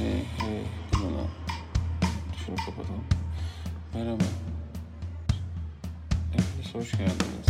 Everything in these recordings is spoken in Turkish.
Buna şunu kapatalım. Merhaba. Hepiniz hoş geldiniz.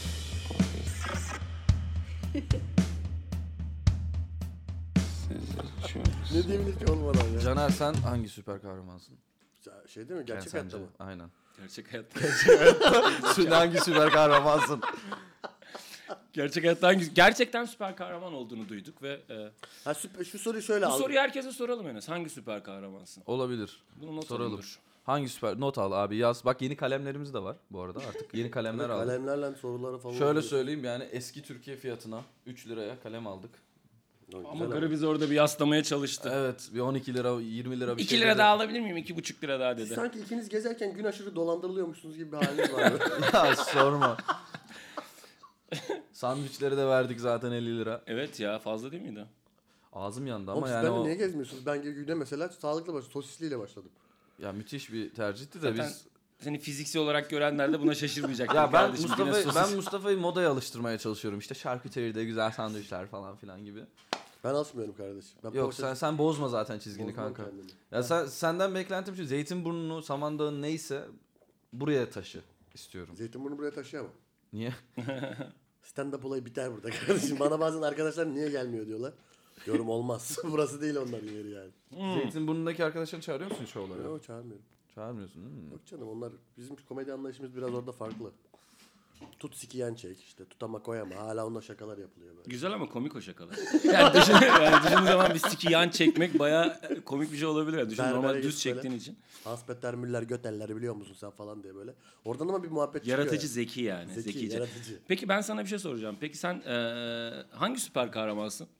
Ne diyebilir ki olmadan ya? Caner, sen hangi süper kahramansın? Şey değil mi? Gerçek hayatta mı? Aynen. Gerçek hayatta. Hangi süper kahramansın? Gerçek hayatta hangi... Gerçekten süper kahraman olduğunu duyduk ve... Şu soruyu şöyle bu al. soruyu herkese soralım Enes. Hangi süper kahramansın? Olabilir. Bunu not soralım. alındır. Hangi süper... Not al abi, yaz. Bak, yeni kalemlerimiz de var bu arada artık. Yeni kalemler aldık. Kalemlerle soruları falan. Şöyle söyleyeyim, yani eski Türkiye fiyatına 3 liraya kalem aldık. Ama garı bizi orada bir yaslamaya çalıştı. Evet, bir 12 lira, 20 lira bir 2 şey. lira daha alabilir miyim? 2,5 lira daha dedi. Sanki ikiniz gezerken gün aşırı dolandırılıyormuşsunuz gibi bir haliniz var. Ya sorma. Sandviçleri de verdik zaten 50 lira. Evet ya, fazla değil miydi? Ağzım yandı ama Oğlum yani siz o... niye gezmiyorsunuz? Ben güne mesela sağlıklı başladım. Sosisliyle başladım. Ya müthiş bir tercihti de Zaten biz... seni fiziksel olarak görenler de buna şaşırmayacak. Ya ben Mustafa'yı modaya alıştırmaya çalışıyorum. İşte şarküteride güzel sandviçler falan filan gibi. Ben asmıyorum kardeşim. Ben Yok sen bozma zaten çizgini kanka. Kendimi. Ya senden beklentim şu: Zeytinburnu'nu, Samandağ'ın neyse buraya taşı istiyorum. Zeytinburnu buraya taşıyamam. Niye? Stand-up olayı biter burada kardeşim. Bana bazen arkadaşlar niye gelmiyor diyorlar. Diyorum olmaz. Burası değil onların yeri yani. Zeytinburnu'ndaki arkadaşlarını çağırıyor musun şovlara? Yok çağırmıyorum. Çağırmıyorsun değil mi? Yok canım, onlar bizim komedi anlayışımız biraz orada farklı. Tut sikiyen çek işte, tut ama koyama, hala onunla şakalar yapılıyor böyle. Güzel ama komik o şakalar. Yani düşündüğün zaman bir siki yan çekmek bayağı komik bir şey olabilir. Yani düşün, normal düz çektiğin için. Hasbetler Müller Göteller biliyor musun sen falan diye böyle. Oradan ama bir muhabbet çıkıyor. Yaratıcı, yani. zeki yani. Zekice. Yaratıcı. Peki ben sana bir şey soracağım. Peki sen hangi süper kahramansın?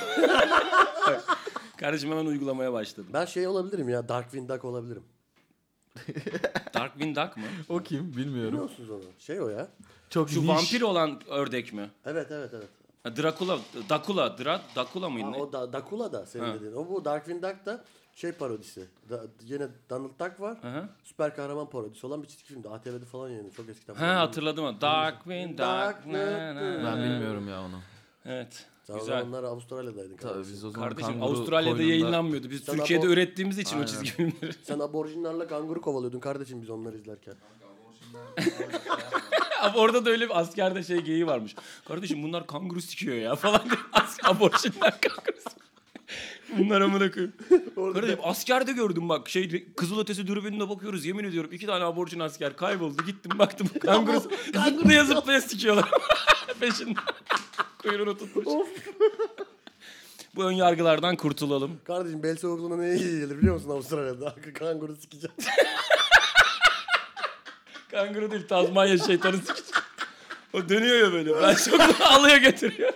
Kardeşim hemen uygulamaya başladım. Ben şey olabilirim ya, Darkwing Duck olabilirim. Darkwing Duck mı? O kim? Bilmiyorum. Biliyor musunuz onu? Şey o ya. Çok Şu niş. vampir olan ördek mi? Evet. Ha, Dracula mıydı ne? O Dakula da senin dediğin. O bu Darkwing Duck da şey parodisi. Yine Donald Duck var. Hı. Süper kahraman parodisi olan bir çizgi filmdi. ATV'de falan yayınlandı. Çok eskiden. Ha, hatırladım. Darkwing Duck. Ben bilmiyorum ya onu. Evet. Sen Güzel. o zamanlar Avustralya'daydın Tabii kardeşim. biz o zaman Kardeşim kanguru Avustralya'da koynunda- yayınlanmıyordu. Biz Sen Türkiye'de ürettiğimiz için Aynen. o çizgi filmleri. Sen aborjinlerle kanguru kovalıyordun kardeşim biz onları izlerken. Ama orada da öyle bir askerde şey geyiği varmış. Kardeşim bunlar kanguru sikiyor ya falan diye. Aborjinler kanguru sikiyor. Bunlar amına koyayım. Kardeşim askerde gördüm bak. Kızılötesi dürbününe bakıyoruz, yemin ediyorum. 2 tane aborjin asker kayboldu. Gittim baktım kanguru zıplaya zıplaya sikiyorlar. Peşinden. Kuyruğunu tutmuş. Bu ön yargılardan kurtulalım. Kardeşim bel soğukluğuna neye iyi gelir biliyor musun Avustralya'da? Kanguru sikeceğim. Kanguru değil, Tazmanya şeytanı sikecek. O dönüyor ya böyle. Ben çok alıyor götürüyor.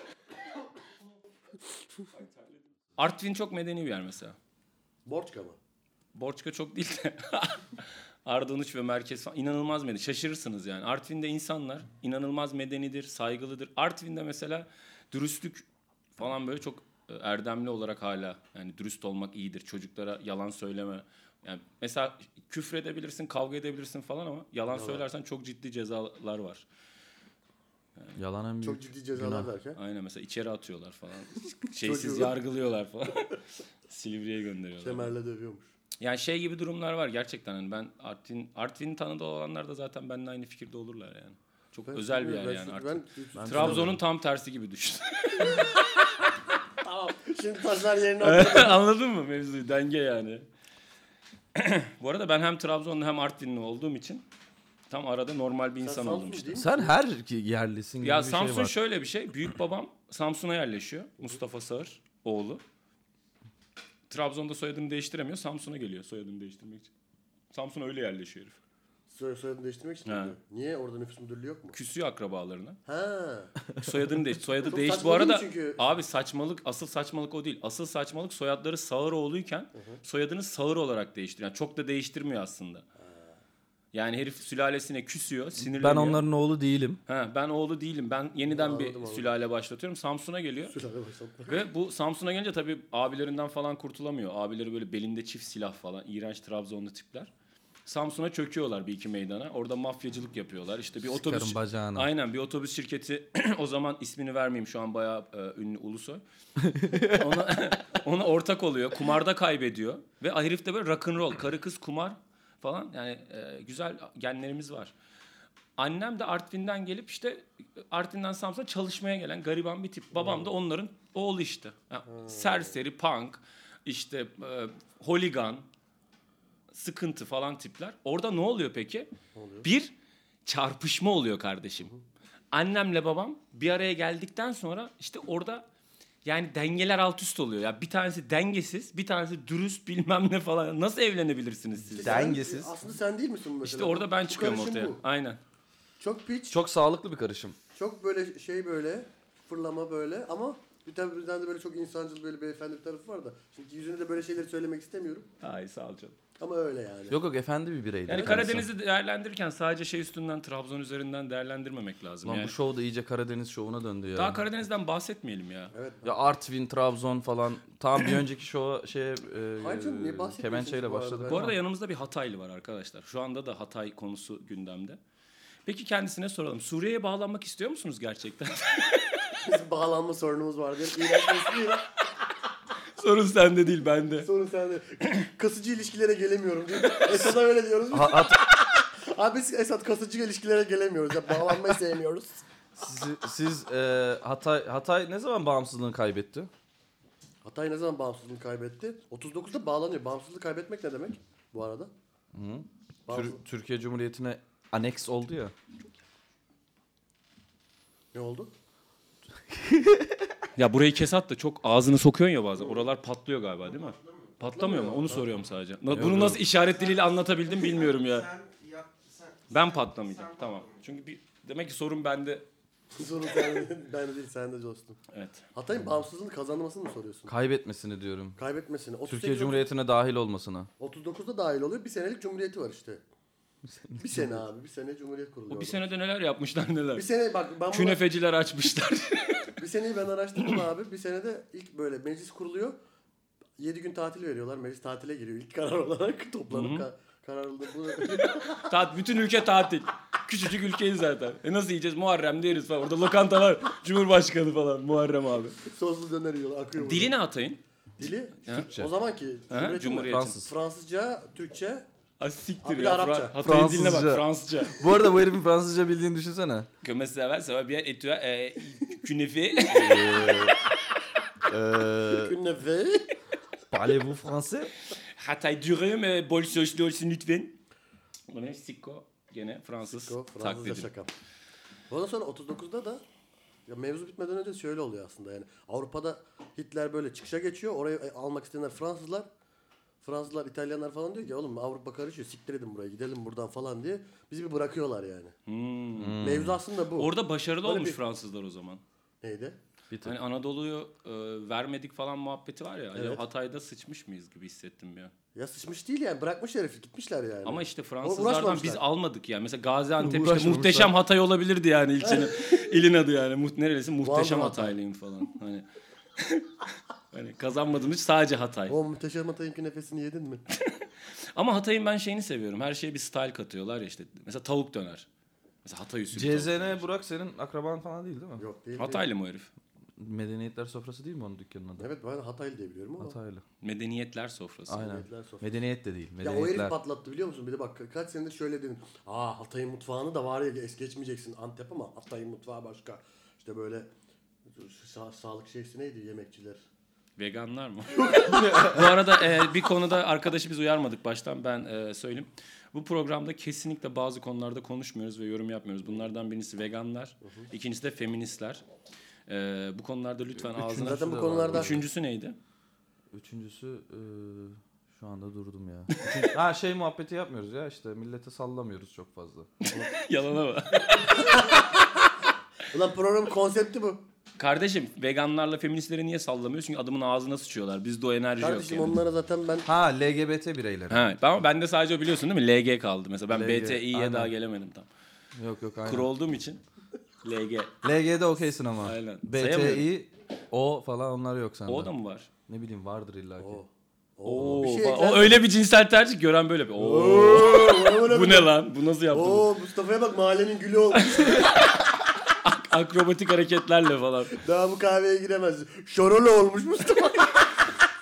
Artvin çok medeni bir yer mesela. Borçka mı? Borçka çok değil de. Ardanuç ve merkez falan inanılmaz medeni. Şaşırırsınız yani. Artvin'de insanlar inanılmaz medenidir, saygılıdır. Artvin'de mesela dürüstlük falan böyle çok erdemli olarak hala. Yani dürüst olmak iyidir. Çocuklara yalan söyleme. Yani mesela küfredebilirsin, kavga edebilirsin falan ama yalan söylersen çok ciddi cezalar var. Yalan en büyük Çok ciddi cezalar derken. Aynen, mesela içeri atıyorlar falan. Şeysiz Çocuğu. yargılıyorlar falan. Silivri'ye gönderiyorlar. Kemerle dövüyormuş. Yani şey gibi durumlar var gerçekten. Hani ben Artvin'i tanıdığı olanlar da zaten benimle aynı fikirde olurlar yani. Çok özel bir yer yani Artvin. Trabzon'un tam tersi gibi düşün. Tamam. Şimdi taşlar yerine oturdu. Anladın mı mevzuyu? Denge yani. Bu arada ben hem Trabzonlu hem Artvinli olduğum için tam arada normal bir insan oldum işte. Sen her yerlisin gibi Ya bir Samsun şey var. şöyle bir şey. Büyük babam Samsun'a yerleşiyor. Mustafa Sağır oğlu. Trabzon'da soyadını değiştiremiyor. Samsun'a geliyor soyadını değiştirmek için. Samsun'a öyle yerleşiyor herif. Soyadını değiştirmek için Ha. mi? Niye? Orada nüfus müdürlüğü yok mu? Küsüyor akrabalarına. Ha. Soyadını değiş. Soyadı Çok değiş. saçma Bu arada değil mi çünkü? abi saçmalık, asıl saçmalık o değil. Asıl saçmalık soyadları Sağır oğluyken soyadını Sağır olarak değiştiriyor. Yani çok da değiştirmiyor aslında. Yani herif sülalesine küsüyor, sinirleniyor. Ben onların oğlu değilim. Ben oğlu değilim. Ben yeniden Anladım. sülale başlatıyorum. Samsun'a geliyor. Sülale başlatmak. Ve bu Samsun'a gelince tabii abilerinden falan kurtulamıyor. Abileri böyle belinde çift silah falan. İğrenç Trabzonlu tipler. Samsun'a çöküyorlar bir iki meydana. Orada mafyacılık yapıyorlar. İşte bir otobüs... bacağına. Aynen, bir otobüs şirketi o zaman ismini vermeyeyim, şu an bayağı ünlü Ulusoy. Ona ortak oluyor. Kumarda kaybediyor. Ve herif de böyle rock'n'roll. Karı kız kumar falan. Yani güzel genlerimiz var. Annem de Artvin'den gelip işte Artvin'den Samsun'a çalışmaya gelen gariban bir tip. Babam da onların oğlu işte. Yani serseri, punk, işte holigan, sıkıntı falan tipler. Orada ne oluyor peki? Bir çarpışma oluyor kardeşim. Annemle babam bir araya geldikten sonra işte orada yani dengeler alt üst oluyor. Ya bir tanesi dengesiz, bir tanesi dürüst bilmem ne falan. Nasıl evlenebilirsiniz siz? Dengesiz. Aslında sen değil misin mesela? İşte orada ben Bu çıkıyorum karışım ortaya. bu. Aynen. Çok piç, çok, Çok sağlıklı bir karışım. böyle şey böyle fırlama böyle ama bir tane de böyle çok insancıl böyle beyefendi bir tarafı var da. Şimdi yüzüne de böyle şeyleri söylemek istemiyorum. Ay sağ ol canım. Ama öyle yani. Yok efendi bir bireydi. Yani Karadeniz'i değerlendirirken sadece şey üstünden Trabzon üzerinden değerlendirmemek lazım. Lan yani. bu show da iyice Karadeniz şovuna döndü ya. Daha Karadeniz'den bahsetmeyelim ya. Evet. Ya Artvin, Trabzon falan. Tam bir önceki şova Hayır canım, niye bahsediyorsunuz kemençeyle bu arada? başladık. Bu arada yanımızda bir Hataylı var arkadaşlar. Şu anda da Hatay konusu gündemde. Peki kendisine soralım. Suriye'ye bağlanmak istiyor musunuz gerçekten? Bizim bağlanma sorunumuz var diye. İğrençleştiriyor. Sorun sende değil bende. Sorun sende. Kasıcı ilişkilere gelemiyorum diye. Esad'a öyle diyoruz. Abi biz Esad kasıcı ilişkilere gelemiyoruz. Ya bağlanmayı sevmiyoruz. Siz Hatay ne zaman bağımsızlığını kaybetti? Hatay ne zaman bağımsızlığını kaybetti? 39'da bağlanıyor. Bağımsızlığı kaybetmek ne demek bu arada? Türkiye Cumhuriyeti'ne aneks oldu ya. Ne oldu? Ya burayı kes at da çok ağzını sokuyorsun ya bazen. Oralar patlıyor galiba değil mi? Patlamıyor mu? Onu soruyorum sadece. Bunu nasıl işaret diliyle anlatabildim bilmiyorum ya. Ben patlamayacağım. Tamam. Çünkü demek ki sorun bende. Sorun sende. Ben değil, sende dostum. Evet. Hatay'ın bağımsızlığını kazanmasını mı soruyorsun? Kaybetmesini diyorum. Kaybetmesini. 38, Türkiye Cumhuriyeti'ne dahil olmasına. 39'da dahil oluyor. Bir senelik cumhuriyeti var işte. Bir sene abi. Bir sene cumhuriyet kuruluyor. O bir senede neler yapmışlar neler. Bir sene bak ben Künefeciler açmışlar. bir seneyi ben araştırdım abi. Bir senede ilk böyle meclis kuruluyor. 7 gün tatil veriyorlar. Meclis tatile giriyor ilk karar olarak. Toplanıp karar alındı. Bütün ülke tatil. Küçücük ülkeyiz zaten. Nasıl yiyeceğiz? Muharrem deriz falan. Orada lokanta var. Cumhurbaşkanı falan. Muharrem abi. Soslu döner yiyorlar. Akıyor. Dili ne Hatay'ın? Dili? Türkçe. O zamanki Cumhuriyetin. Fransız. Fransızca, Türkçe. Siktir Abi ya. Arapça. Hatay'ın diline bak. Fransızca. Fransızca. Bu arada bu herifin Fransızca bildiğini düşünsene. Comment ça va? Ça va bien? Et toi? Künefe? Künefe. Parlez-vous français? Hatay dürüm, bol soslu olsun lütfen. Bu ne? Sikko. Gene Fransız Fransızca taklidi. şaka. Ondan sonra 39'da da ya mevzu bitmeden önce şöyle oluyor aslında yani. Avrupa'da Hitler böyle çıkışa geçiyor. Orayı almak isteyenler Fransızlar, İtalyanlar falan diyor ki oğlum Avrupa karışıyor. Siktir edin buraya gidelim buradan falan diye. Bizi bir bırakıyorlar yani. Mevzu aslında bu. Orada başarılı Böyle olmuş bir- Fransızlar o zaman. Neydi? Hani Anadolu'yu vermedik falan muhabbeti var ya. Evet. Acaba Hatay'da sıçmış mıyız gibi hissettim ya. Ya sıçmış değil yani. Bırakmış herif. Gitmişler yani. Ama işte Fransızlardan Uğraşmamışlar. biz almadık yani. Mesela Gaziantep işte Uğraşmamışlar. muhteşem Hatay olabilirdi yani ilçenin. İlin adı yani. Neresi? Muhteşem Van Hatay. Hataylıyım falan. Hani hani kazanmadığımız sadece Hatay. O muhteşem Hatay'ın künefesini yedin mi? Ama Hatay'ın ben şeyini seviyorum. Her şeye bir style katıyorlar ya işte. Mesela tavuk döner. Mesela Hatay usulü tavuk döner. CZN Burak senin akraban falan değil mi? Yok değil. Hataylı mı o herif? Medeniyetler sofrası değil mi onun dükkanının adı? Evet ben Hataylı diye biliyorum ama. Hataylı. Medeniyetler sofrası. Aynen. Medeniyetler sofrası. Medeniyet de değil. Ya o herif Medeniyetler. patlattı biliyor musun? Bir de bak kaç senedir şöyle dedim. Hatay'ın mutfağını da var ya es geçmeyeceksin Antep ama Hatay'ın mutfağı başka. İşte böyle sağlık şeysi neydi yemekçiler? Veganlar mı? Bu arada bir konuda arkadaşı biz uyarmadık baştan ben söyleyeyim. Bu programda kesinlikle bazı konularda konuşmuyoruz ve yorum yapmıyoruz. Bunlardan birisi veganlar, ikincisi de feministler. Bu konularda lütfen ağzına... Zaten bu da konularda Üçüncüsü neydi? Üçüncüsü şu anda durdum ya. Şey muhabbeti yapmıyoruz ya işte millete sallamıyoruz çok fazla. Yalana bak. Ulan programın konsepti bu. Kardeşim veganlarla feministleri niye sallamıyoruz? Çünkü adamın ağzına sıçıyorlar. Bizde o enerji Kardeşim yok yani. onlara zaten ben LGBT bireyleri. Ha, ama bende sadece o biliyorsun değil mi? LG kaldı. Mesela ben LG, BTİ'ye aynen. daha gelemedim tam. Yok aynen. Kuru olduğum için LG. LG'de okeysin ama. Aynen. BTİ, O falan onlar yok sende. O da mı var? Ne bileyim vardır illaki. Oo, bir şey o ekler. öyle bir cinsel tercih gören böyle bir. Bu ne lan? Bu nasıl yaptın? Oo Mustafa'ya bak mahallenin gülü olmuş. Akrobatik hareketlerle falan. Daha bu kahveye giremez. Şorolo olmuş Mustafa.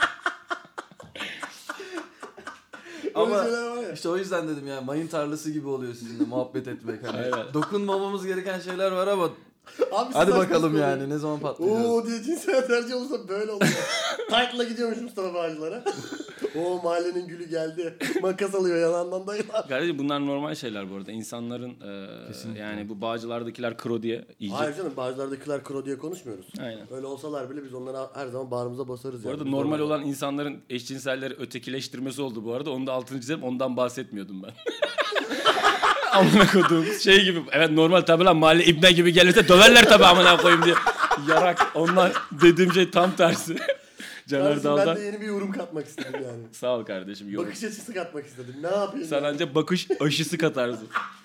Ama şeyler var ya. işte o yüzden dedim ya, mayın tarlası gibi oluyor sizinle muhabbet etmek. Hani Evet. dokunmamamız gereken şeyler var ama Abi hadi siz bakalım saçma yani ne zaman patlayacağız. Oo diye cinsel tercih olursa böyle oluyor. Taytla gidiyormuş Mustafa Bağcılar'a. O mahallenin gülü geldi. Makas alıyor yalandan dayılar. Kardeşim bunlar normal şeyler bu arada. İnsanların yani bu Bağcılar'dakiler kro diye iyice. Hayır canım Bağcılar'dakiler kro diye konuşmuyoruz. Aynen. Öyle olsalar bile biz onlara her zaman bağrımıza basarız. Bu arada yani. normal olan insanların eşcinselleri ötekileştirmesi oldu bu arada. Onu da altını çizerim. Ondan bahsetmiyordum ben. Amına koduğumuz şey gibi. Evet normal tabi lan mahalle ibne gibi gelirse döverler tabi amına koyayım diye. Yarak. Ondan dediğim şey tam tersi. Caner Kardeşim, ben Dağ'dan. de yeni bir yorum katmak istedim yani. Sağ ol kardeşim. Yorum. Bakış açısı katmak istedim. Ne yapayım? Sen anca bakış aşısı katarsın.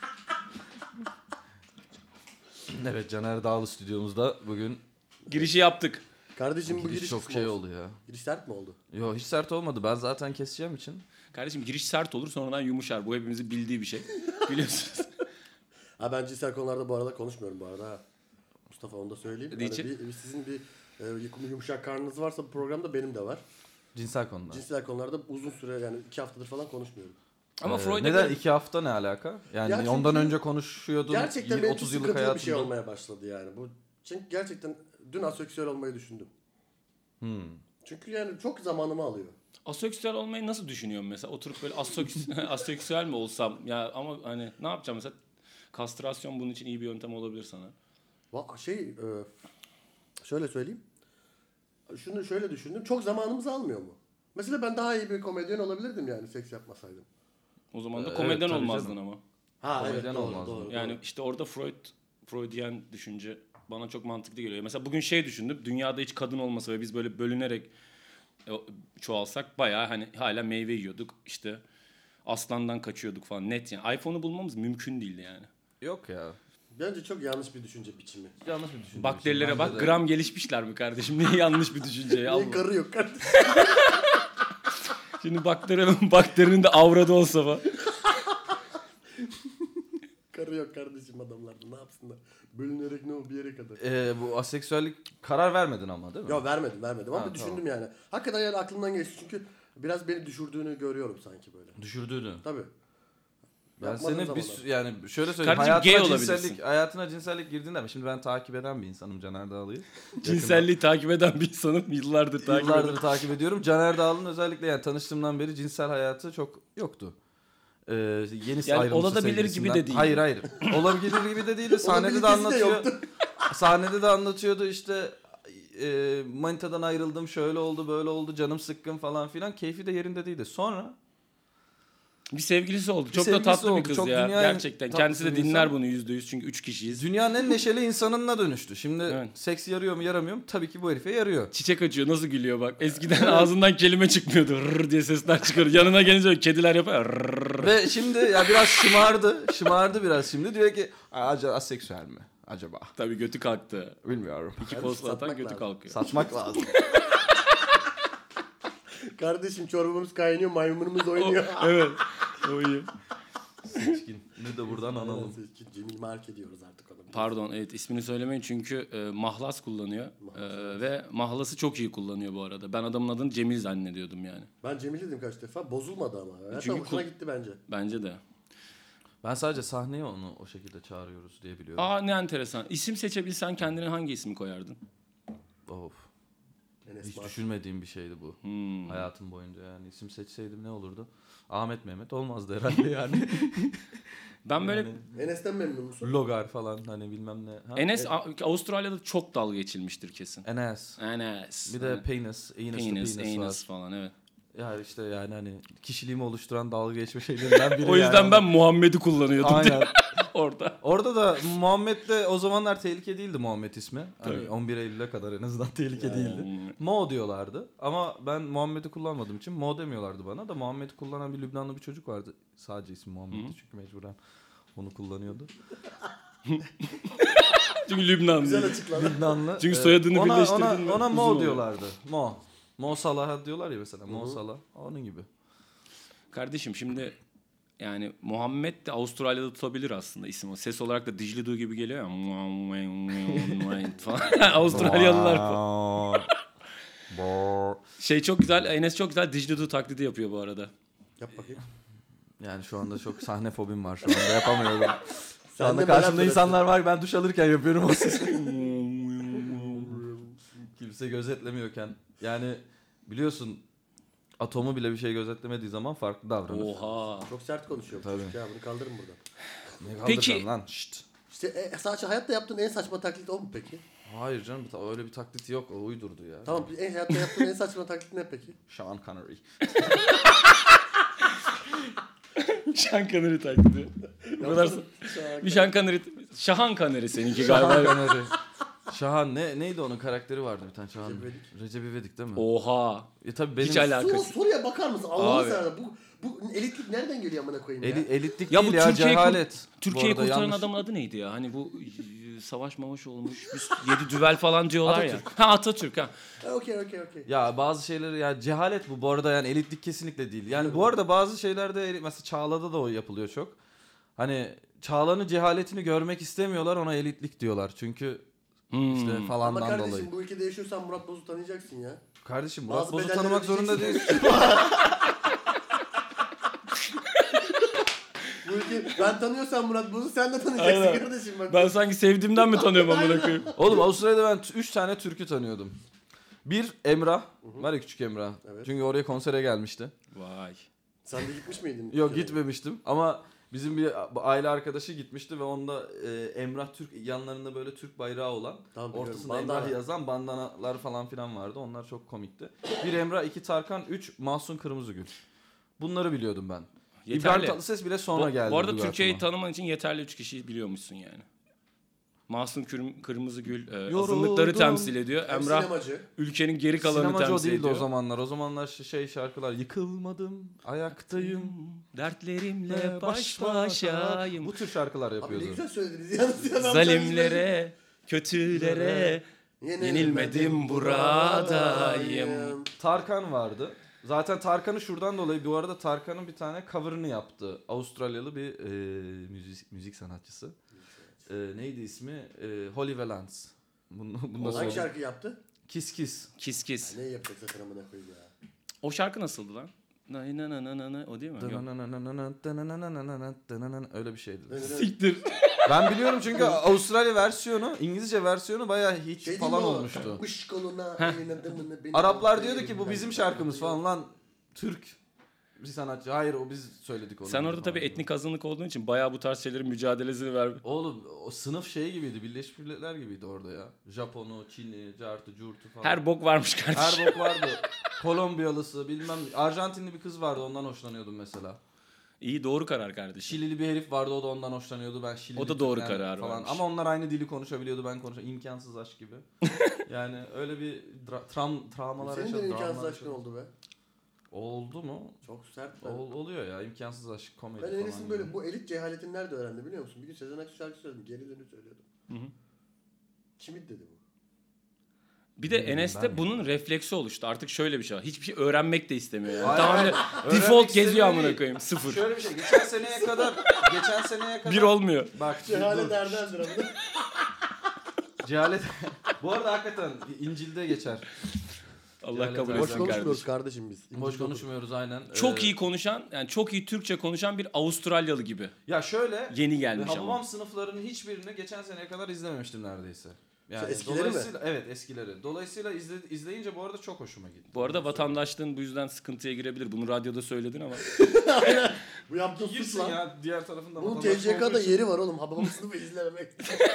Evet, Caner Dağlı stüdyomuzda bugün Girişi yaptık. Kardeşim bu giriş giriş çok kısmı şey olsun. oldu ya. Giriş sert mi oldu? Yo, hiç sert olmadı. Ben zaten keseceğim için. Kardeşim giriş sert olur sonradan yumuşar. Bu hepimizin bildiği bir şey. Biliyorsunuz. Ha ben cinsel konularda bu arada konuşmuyorum bu arada. Ha. Mustafa onu da söyleyeyim. Yani Niçin? sizin bir yumuşak karnınız varsa bu programda benim de var. Cinsel konular. Cinsel konularda uzun süre yani 2 haftadır falan konuşmuyorum. Ama Freud'a Neden göre- 2 hafta ne alaka? Yani Ya çünkü ondan önce konuşuyordun. Gerçekten benim 30 için yıllık sıkıntılı hayatında. bir şey olmaya başladı yani. Bu çünkü gerçekten dün aseksüel olmayı düşündüm. Çünkü yani çok zamanımı alıyor. Aseksüel olmayı nasıl düşünüyorsun mesela? Oturup böyle aseksüel mi olsam? Ya ama hani ne yapacağım mesela? Kastrasyon bunun için iyi bir yöntem olabilir sana. Şöyle söyleyeyim. Şunu şöyle düşündüm. Çok zamanımızı almıyor mu? Mesela ben daha iyi bir komedyen olabilirdim yani seks yapmasaydım. O zaman da Evet, komedyen tabii olmazdın canım. ama. Ha Komedyen doğru, olmaz doğru, mı? Yani işte orada Freudian düşünce bana çok mantıklı geliyor. Mesela bugün şey düşündüm. Dünyada hiç kadın olmasa ve biz böyle bölünerek çoğalsak bayağı hani hala meyve yiyorduk. İşte aslandan kaçıyorduk falan net yani. iPhone'u bulmamız mümkün değildi yani. Yok ya. Bence çok yanlış bir düşünce biçimi. Yanlış bir düşünce. Bakterilere bak, Bence de. gram gelişmişler mi kardeşim? Niye yanlış bir düşünce ya? Niye karı yok kardeşim? Şimdi bakterinin de avradı olsa falan. Karı yok kardeşim adamlarda ne yapsınlar? Bölünerek ne o bir yere kadar. Bu aseksüellik karar vermedin ama değil mi? Yok vermedim ama Ha, düşündüm yani. Hakikaten yani aklımdan geçti çünkü biraz beni düşürdüğünü görüyorum sanki böyle. Düşürdüğünü. Tabii. Ben Yapmadığım seni zamanlar. yani şöyle söyleyeyim. Kardeşim, gay olabilirsin. Hayatına cinsellik girdiğinde, şimdi ben takip eden bir insanım Caner Dağlı'yı. Cinselliği takip eden bir insanım yıllardır takip ediyorum. Yıllardır takip ediyorum. Caner Dağlı'nın özellikle yani tanıştığımdan beri cinsel hayatı çok yoktu. Yeni Yani ayrılması olabilir gibi sevgilisinden. de değil. Hayır. Olabilir gibi de değildi. Sahnede de Olabilitesi de anlatıyor. Sahnede de anlatıyordu işte manitadan ayrıldım, şöyle oldu, böyle oldu, canım sıkkın falan filan. Keyfi de yerinde değildi. Sonra Bir sevgilisi oldu. Bir Çok da sevgilisi tatlı oldu. bir kız Çok ya. dünyanın Gerçekten. tatlısı Kendisi de bir dinler insan. bunu %100 çünkü 3 kişiyiz. dünyanın en neşeli insanına dönüştü. Şimdi Evet. seks yarıyor mu yaramıyor mu? Tabii ki bu herife yarıyor. Çiçek açıyor nasıl gülüyor bak. Eskiden ağzından kelime çıkmıyordu. Rrr diye sesler çıkıyor. Yanına gelince böyle kediler yapar. Rrr. Ve şimdi ya biraz şımardı. Şımardı biraz şimdi. Diyor ki acaba aseksüel mi? Acaba. Tabii götü kalktı. Bilmiyorum. İki Kardeşim, posta atan satmak götü lazım. kalkıyor. Satmak lazım. Kardeşim çorbamız kaynıyor maymunumuz oynuyor. Evet. O iyi. Seçkin. Bunu da buradan analım. Cemil Marke diyoruz artık ona. Pardon evet ismini söylemeyin çünkü mahlas kullanıyor. Ve mahlası çok iyi kullanıyor bu arada. Ben adamın adını Cemil zannediyordum yani. Ben Cemil dedim kaç defa bozulmadı ama. Hatta Çünkü hoşuna gitti bence. Bence de. Ben sadece sahneye onu o şekilde çağırıyoruz diye biliyorum. Aa ne enteresan. İsim seçebilsen kendine hangi ismi koyardın? Of. Enes Hiç Batur. düşünmediğim bir şeydi bu. Hmm. Hayatım boyunca yani isim seçseydim ne olurdu? Ahmet Mehmet olmazdı herhalde yani. Ben böyle Enes'ten memnun musun? Logar falan hani bilmem ne. Ha? Enes Avustralya'da çok dalga geçilmiştir kesin. Enes. Enes. Bir de penis, penis, penis var. anus falan evet. Yani işte yani hani kişiliğimi oluşturan dalga geçme şeylerinden biri. O yüzden yani. ben Muhammed'i kullanıyordum Aynen. orada. Orada da Muhammed de o zamanlar tehlike değildi Muhammed ismi. Hani Tabii. 11 Eylül'e kadar en azından tehlike değildi. Mo diyorlardı ama ben Muhammed'i kullanmadığım için Mo demiyorlardı bana da. Muhammed'i kullanan bir Lübnanlı bir çocuk vardı. Sadece ismi Muhammed'di çünkü mecburen onu kullanıyordu. Çünkü Lübnanlı. Güzel açıklama. Lübnanlı. Çünkü soyadını birleştirdin mi? Ona uzun Mo oluyor. diyorlardı. Mo Salah diyorlar ya mesela. Mo Salah. Onun gibi. Kardeşim şimdi yani Muhammed de Avustralya'da tutabilir aslında isim o. Ses olarak da Didgeridoo gibi geliyor ya. falan. Avustralyalılar falan. Şey çok güzel. Enes çok güzel Didgeridoo taklidi yapıyor bu arada. Yap bakayım. Yani şu anda çok sahne fobim var, şu anda yapamıyorum. Şu Sen anda de karşımda merak insanlar var, ben duş alırken yapıyorum o sesi. Kimse gözetlemiyorken. Yani biliyorsun, atomu bile bir şey gözetlemediği zaman farklı davranır. Oha. Çok sert konuşuyor. Tabii. Çocuk ya bunu kaldırın buradan. Ne Peki- kaldıracaksın lan? Şşt. İşte sadece hayatta yaptığın en saçma taklit o mu peki? Hayır canım, öyle bir taklidi yok, o uydurdu ya. Tamam hayatta yaptığın en saçma taklit ne peki? Sean Connery. Sean Connery taklidi. Bu kadar bir Sean Connery. Şahan Connery seninki galiba. Sean Connery. Şahan neydi onun karakteri vardı bir tane Şahan. Recep İvedik değil mi? Oha. Tabii benim Hiç alakası. Soruya bakar mısın? Allah'ını Abi. seversen. Bu elitlik nereden geliyor amına koyayım ya? elitlik Ya değil bu ya, Türkiye'yi cehalet. Türkiye'yi Bu arada kurtaran yanlış. adamın adı neydi ya? Hani bu savaş mavaş olmuş. 7 düvel falan diyorlar ya. Ha Atatürk ha. Okey. Ya bazı şeyleri, ya cehalet bu arada, yani elitlik kesinlikle değil. Yani bu arada bazı şeylerde mesela Çağla'da da o yapılıyor çok. Hani Çağla'nın cehaletini görmek istemiyorlar, ona elitlik diyorlar. Çünkü işte Ama falandan kardeşim dolayı. bu ülkede yaşıyorsan Murat Boz'u tanıyacaksın ya. Kardeşim Murat Bazı Boz'u bedelleri tanımak zorunda ödeyeceksin. değilsin. Bu ülke ben tanıyorsam Murat Boz'u sen de tanıyacaksın Aynen. kardeşim. Bak. Ben sanki sevdiğimden mi tanıyorum amına koyayım? Oğlum Avustralya'da ben 3 tane türkü tanıyordum. Bir Emrah. Var ya, küçük Emrah. Evet. Çünkü oraya konsere gelmişti. Vay. Sen de gitmiş miydin? Yok, gitmemiştim ama bizim bir aile arkadaşı gitmişti ve onda Emrah Türk, yanlarında böyle Türk bayrağı olan, Tamam, biliyorum. ortasında Bandana. Emrah yazan bandanalar falan filan vardı. Onlar çok komikti. Bir Emrah, iki Tarkan, 3 Mahsun Kırmızıgül. Bunları biliyordum ben. Yeterli. İbrahim Tatlıses bile sonra geldi. Bu arada duygu Türkiye'yi aklıma. tanıman için yeterli 3 kişiyi biliyormuşsun yani. Mahsun Kırmızıgül Yoruldum. azınlıkları temsil ediyor. Hem Emrah sinemacı. ülkenin geri kalanını Sinemacı o temsil değildi ediyor. o zamanlar. O zamanlar şarkılar, yıkılmadım, ayaktayım. Dertlerimle baş başayım. Bu tür şarkılar Abi ne yapıyordu. güzel söylediniz yalnız ya. Zalimlere, kötülere yenilmedim buradayım. Tarkan vardı. Zaten Tarkan'ı şuradan dolayı, bu arada Tarkan'ın bir tane cover'ını yaptı. Avustralyalı bir müzik sanatçısı. Neydi ismi? Holly Valance. Bunu Hangi nasıl? şarkı yaptı? Kiss Kiss. Kiss Kiss. Ne yapacak zaten amına koyayım ya. O şarkı nasıldı lan? O değil mi? Yok. Öyle bir şeydi. Siktir. Ben biliyorum çünkü Avustralya versiyonu, İngilizce versiyonu bayağı hit Şey falan değil mi o? olmuştu. Kuş koluna eline dımını beni. Araplar diyordu ki bu bizim şarkımız falan, lan Türk bir sanatçı. Hayır, o biz söyledik onu. Sen orada tabii falan. etnik azınlık olduğun için bayağı bu tarz şeylerin mücadelesini ver. Oğlum o sınıf şey gibiydi, Birleşmiş Milletler gibiydi orada ya. Japonu, Çin'i, Cart'ı, Curt'u falan. Her bok varmış kardeşim. Her bok vardı. Kolombiyalısı, bilmem, Arjantinli bir kız vardı, ondan hoşlanıyordum mesela. İyi, doğru karar kardeşim. Şilili bir herif vardı, o da ondan hoşlanıyordu. Ben Şilili O da doğru Türk'ten karar falan. vermiş. Ama onlar aynı dili konuşabiliyordu, ben konuşamıyordum. İmkansız aşk gibi. Yani öyle bir travmalar Senin de yaşadım. imkansız dramlar aşkın yaşadım. oldu be. Oldu mu? Çok sert. Oluyor ya, imkansız aşk, komedi Ben falan. Enes'in böyle bu elit cehaletini nerede öğrendi biliyor musun? Bir gün Sezen Aksu şarkı söyledim. Geri dönüp söylüyordum. Hı hı. Kimit dedi bu. Bir de Enes'te ben- bunun refleksi oluştu. Artık şöyle bir şey var. Hiçbir şey öğrenmek de istemiyor yani. Hayır, Tamamen öğrenmek default geziyor istemiyor amına değil. koyayım. Sıfır. Şöyle bir şey, geçen seneye kadar Bir olmuyor. bak Cehalet dur. erdendir ama. Cehalet. Bu arada hakikaten İncil'de geçer. Allah Cehalet kabul erden. Boş etsin konuşmuyoruz kardeşim. kardeşim biz. Boş konuşmuyoruz aynen. Çok iyi konuşan, yani çok iyi Türkçe konuşan bir Avustralyalı gibi. Ya şöyle, Yeni gelmiş ama. Hababam sınıflarının hiçbirini geçen seneye kadar izlememiştim neredeyse. Yani Eskileri mi? dolayısıyla, evet, eskileri. Dolayısıyla izleyince bu arada çok hoşuma gitti. Bu arada vatandaşlığın bu yüzden sıkıntıya girebilir. Bunu radyoda söyledin ama. Bu yaptığın suç Girsin lan. ya, diğer tarafında Bunun vatandaş olduğu TCK'da için. yeri var oğlum. Hababam sınıfı izlememek.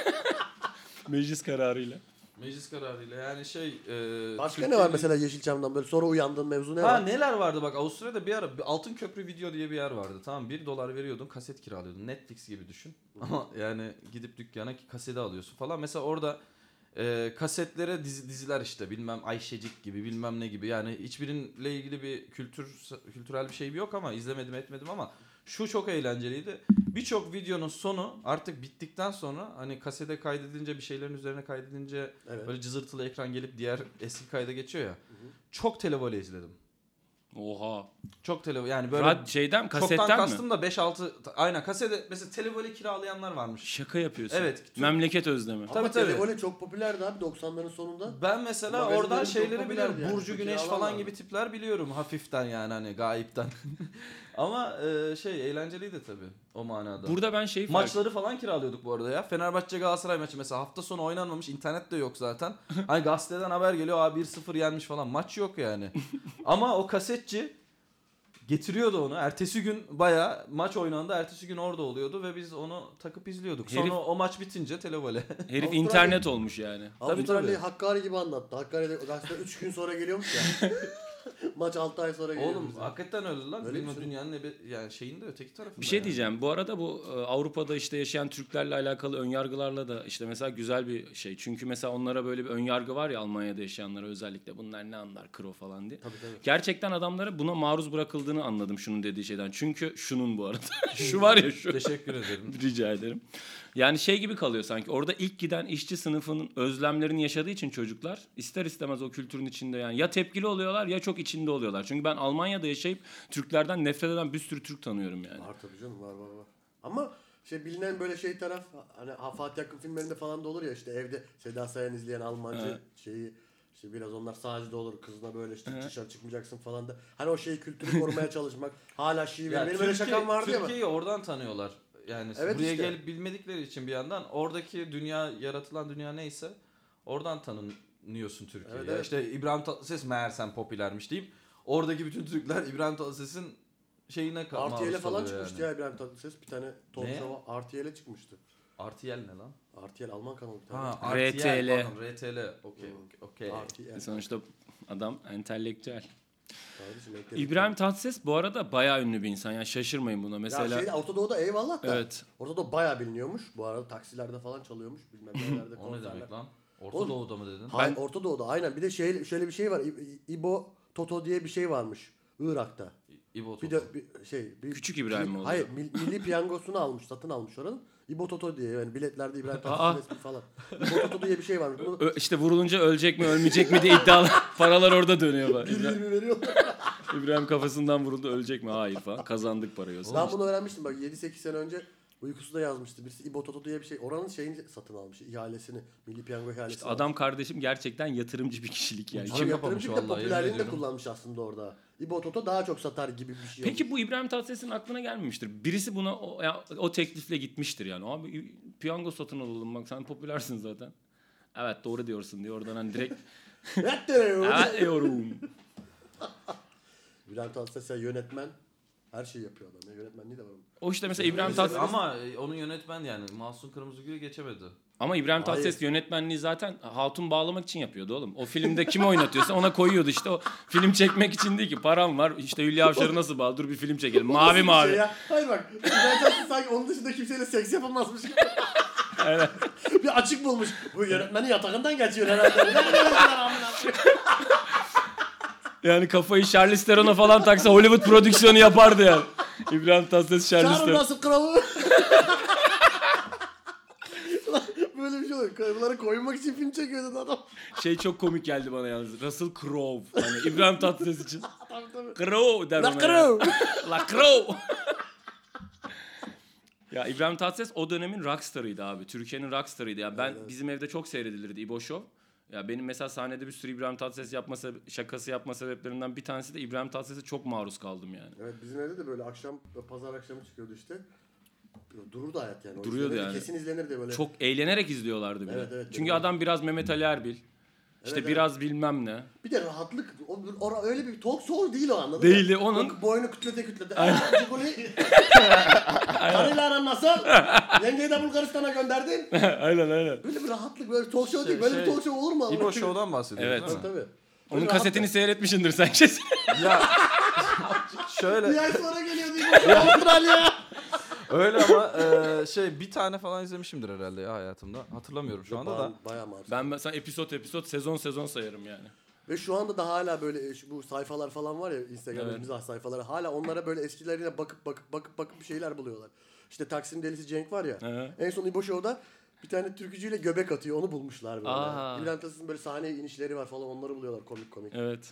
Meclis kararıyla. Meclis kararıyla yani Başka ne var mesela Yeşilçam'dan böyle sonra uyandığın mevzu ne var? neler vardı bak, Avustralya'da bir ara Altın Köprü Video diye bir yer vardı, tamam, $1 veriyordun, kaset kiralıyordun, Netflix gibi düşün. Ama yani gidip dükkana kaseti alıyorsun falan. Mesela orada kasetlere diziler işte, bilmem Ayşecik gibi, bilmem ne gibi, yani hiçbirinle ilgili bir kültürel bir şey yok ama izlemedim etmedim ama şu çok eğlenceliydi. Birçok videonun sonu artık bittikten sonra hani kasete kaydedince, bir şeylerin üzerine kaydedince Evet. böyle cızırtılı ekran gelip diğer eski kayda geçiyor ya. Çok televole izledim. Oha. Çok yani böyle Şeyden çoktan kasetten mi? kastım da 5-6 aynen kasede mesela televole kiralayanlar varmış. Şaka yapıyorsun. Evet. Memleket özlemi. Ama Tabii. televole çok popülerdi abi 90'ların sonunda. Ben mesela Magazinlerin oradan çok şeyleri popülerdi biliyorum. yani. Burcu Güneş Kiralarlar falan mı? gibi tipler biliyorum hafiften yani hani gayipten. Ama eğlenceliydi tabii o manada. Burada ben Maçları falan kiralıyorduk bu arada ya. Fenerbahçe Galatasaray maçı mesela hafta sonu oynanmamış, internet de yok zaten. Hani gazeteden haber geliyor, abi 1-0 yenmiş falan. Maç yok yani. Ama o kasetçi getiriyordu onu. Ertesi gün baya maç oynandı. Ertesi gün orada oluyordu ve biz onu takıp izliyorduk. Sonra Herif- o maç bitince televole. Herif Avustralya- internet olmuş yani. Avustralya'yı Hakkari gibi anlattı. Hakkari'de gazete 3 gün sonra geliyormuş ya. Maç 6 ay sonra geliyor. Oğlum hakikaten öyle lan. Öyle Benim misin? dünyanın yani şeyin de öteki tarafında. Bir şey yani. diyeceğim. Bu arada bu Avrupa'da işte yaşayan Türklerle alakalı önyargılarla da işte mesela güzel bir şey. Çünkü mesela onlara böyle bir önyargı var ya Almanya'da yaşayanlara özellikle. Bunlar ne anlar kro falan diye. Tabii. Gerçekten adamlara buna maruz bırakıldığını anladım şunun dediği şeyden. Çünkü şunun bu arada. Şu var ya şu. Teşekkür ederim. Rica ederim. Yani şey gibi kalıyor sanki. Orada ilk giden işçi sınıfının özlemlerini yaşadığı için çocuklar ister istemez o kültürün içinde yani ya tepkili oluyorlar ya çok içinde oluyorlar. Çünkü ben Almanya'da yaşayıp Türklerden nefret eden bir sürü Türk tanıyorum yani. Var tabii canım var. Ama bilinen böyle taraf hani Fatih Akın filmlerinde falan da olur ya işte evde Seda Sayan izleyen Almancı Evet. işte biraz onlar sağcı da olur kızına böyle işte dışarı çıkmayacaksın falan da hani o kültürü korumaya çalışmak hala şive Ya benim öyle şakam vardı ya. Türkiye'yi oradan tanıyorlar. Yani Evet buraya işte. gelip bilmedikleri için bir yandan oradaki dünya, yaratılan dünya neyse oradan tanınıyorsun Türkiye'yi. Evet, Ya evet. İşte İbrahim Tatlıses meğersem popülermiş deyip oradaki bütün Türkler İbrahim Tatlıses'in şeyine RTL'e maruz falan kalıyor çıkmıştı yani. ya İbrahim Tatlıses bir tane talk Ne? show'a RTL'e çıkmıştı. RTL ne lan? RTL Alman kanalı bir tane. Ha, RTL. Pardon, RTL. Okey. RTL. Sonuçta adam entelektüel. Kardeşim, İbrahim Tatlıses bu arada bayağı ünlü bir insan. Yani şaşırmayın buna. Mesela Ya Orta Doğu'da eyvallah da. evet. Orta Doğu bayağı biliniyormuş. Bu arada taksilerde falan çalıyormuş. Bilmem nelerde O ne konserler. demek lan? Orta Oğlum, Doğu'da mı dedin? Hayır Orta Doğu'da aynen. Bir de şöyle bir şey var. İbo Toto diye bir şey varmış Irak'ta. İbo Bir Toto. de bir Küçük İbrahim mi oluyor? Hayır, milli piyangosunu almış, satın almış oranın. İbo Toto diye yani biletlerde İbrahim Aa. Tatlıses resmi falan. İbo Toto diye bir şey varmış. Bunu İşte vurulunca ölecek mi ölmeyecek mi diye iddialar. Paralar orada dönüyor bak. 1.20 veriyorlar. İbrahim kafasından vuruldu ölecek mi? Hayır falan. Kazandık parayı. Ben bunu öğrenmiştim bak 7-8 sene önce uykusu da yazmıştı. Birisi İbo Toto diye bir şey. Oranın şeyini satın almış. İhalesini. Milli piyango ihalesini. İşte adam kardeşim gerçekten yatırımcı bir kişilik yani. Kim Kim kapamış de vallahi, popülerliğini yemin de ediyorum. kullanmış aslında orada. İbo Toto daha çok satar gibi bir şey. Peki bu İbrahim Tatlıses'in aklına gelmemiştir. Birisi buna o teklifle gitmiştir yani. Abi piyango satın alalım bak sen popülersin zaten. Evet doğru diyorsun diyor oradan hani direkt. Evet diyorum. İbrahim Tatlıses yönetmen. Her şeyi yapıyor adam. Yönetmenliği de var onun. O işte mesela İbrahim Tatlıses. Ama onun yönetmen yani Mahsun Kırmızıgül'ü geçemedi. Ama İbrahim Hayır. Tatlıses yönetmenliği zaten hatun bağlamak için yapıyordu oğlum. O filmde kimi oynatıyorsa ona koyuyordu işte o film çekmek için değil ki. Param var işte Hülya Avşar'ı nasıl bağlı dur bir film çekelim. Mavi Nasıl bir mavi. şey ya? Hayır bak. İbrahim Tatlıses sanki onun dışında kimseyle seks yapamazmış gibi. Aynen. Bir açık bulmuş. Bu yönetmenin yatakından geçiyor herhalde. Ne yönetmen amına koyayım? Yani kafayı Charlize Theron'a falan taksa Hollywood prodüksiyonu yapardı yani. İbrahim Tatlıses Charlize Çağırın Theron. nasıl kralı? Böyle bir şey oluyor. Bunları koymak için film çekiyordu adam. Şey çok komik geldi bana yalnız. Russell Crowe. Hani İbrahim Tatlıses için. Tabii. Crowe der La ona Crowe. ya. La Crowe. Ya İbrahim Tatlıses o dönemin rockstarıydı abi. Türkiye'nin rockstarıydı. Yani ben bizim evde çok seyredilirdi İbo Show. Ya benim mesela sahnede bir sürü İbrahim Tatlıses şakası yapma sebeplerinden bir tanesi de İbrahim Tatlıses'e çok maruz kaldım yani. Evet bizim evde de böyle pazar akşamı çıkıyordu işte. Dururdu hayat yani. O Duruyordu izlenirdi, yani. Kesin izlenirdi böyle. Çok eğlenerek izliyorlardı bile. Evet, Çünkü evet. adam biraz Mehmet Ali Erbil. İşte Evet, biraz bilmem ne. Bir de rahatlık. Öyle bir talk show değil o anladın Değildi, mı? onun- Bak, boynu kütlete. Ciguli. Karıyla aran nasıl? Yengeyi de Bulgaristan'a gönderdin. aynen. Böyle bir rahatlık böyle talk show değil. Böyle bir talk show olur mu? İbo Show'dan bahsediyoruz Evet. değil mi? Tabii. Onun Böyle kasetini rahatlık. seyretmişsindir sen kesin. Ya şöyle Bir ay sonra geliyor değil mi? Avustralya. öyle ama bir tane falan izlemişimdir herhalde ya hayatımda. Hatırlamıyorum şu anda da. Bayağı maruz. Ben mesela episod sezon sayarım yani. Ve şu anda da hala böyle bu sayfalar falan var ya Instagram'da Evet. mizah sayfaları. Hala onlara böyle eskilerine bakıp bir şeyler buluyorlar. İşte Taksim delisi Cenk var ya. Hı. En son İbo Show'da bir tane türkücüyle göbek atıyor. Onu bulmuşlar böyle. Aa. İbrahim Tatlıses'in böyle sahneye inişleri var falan onları buluyorlar komik. Evet.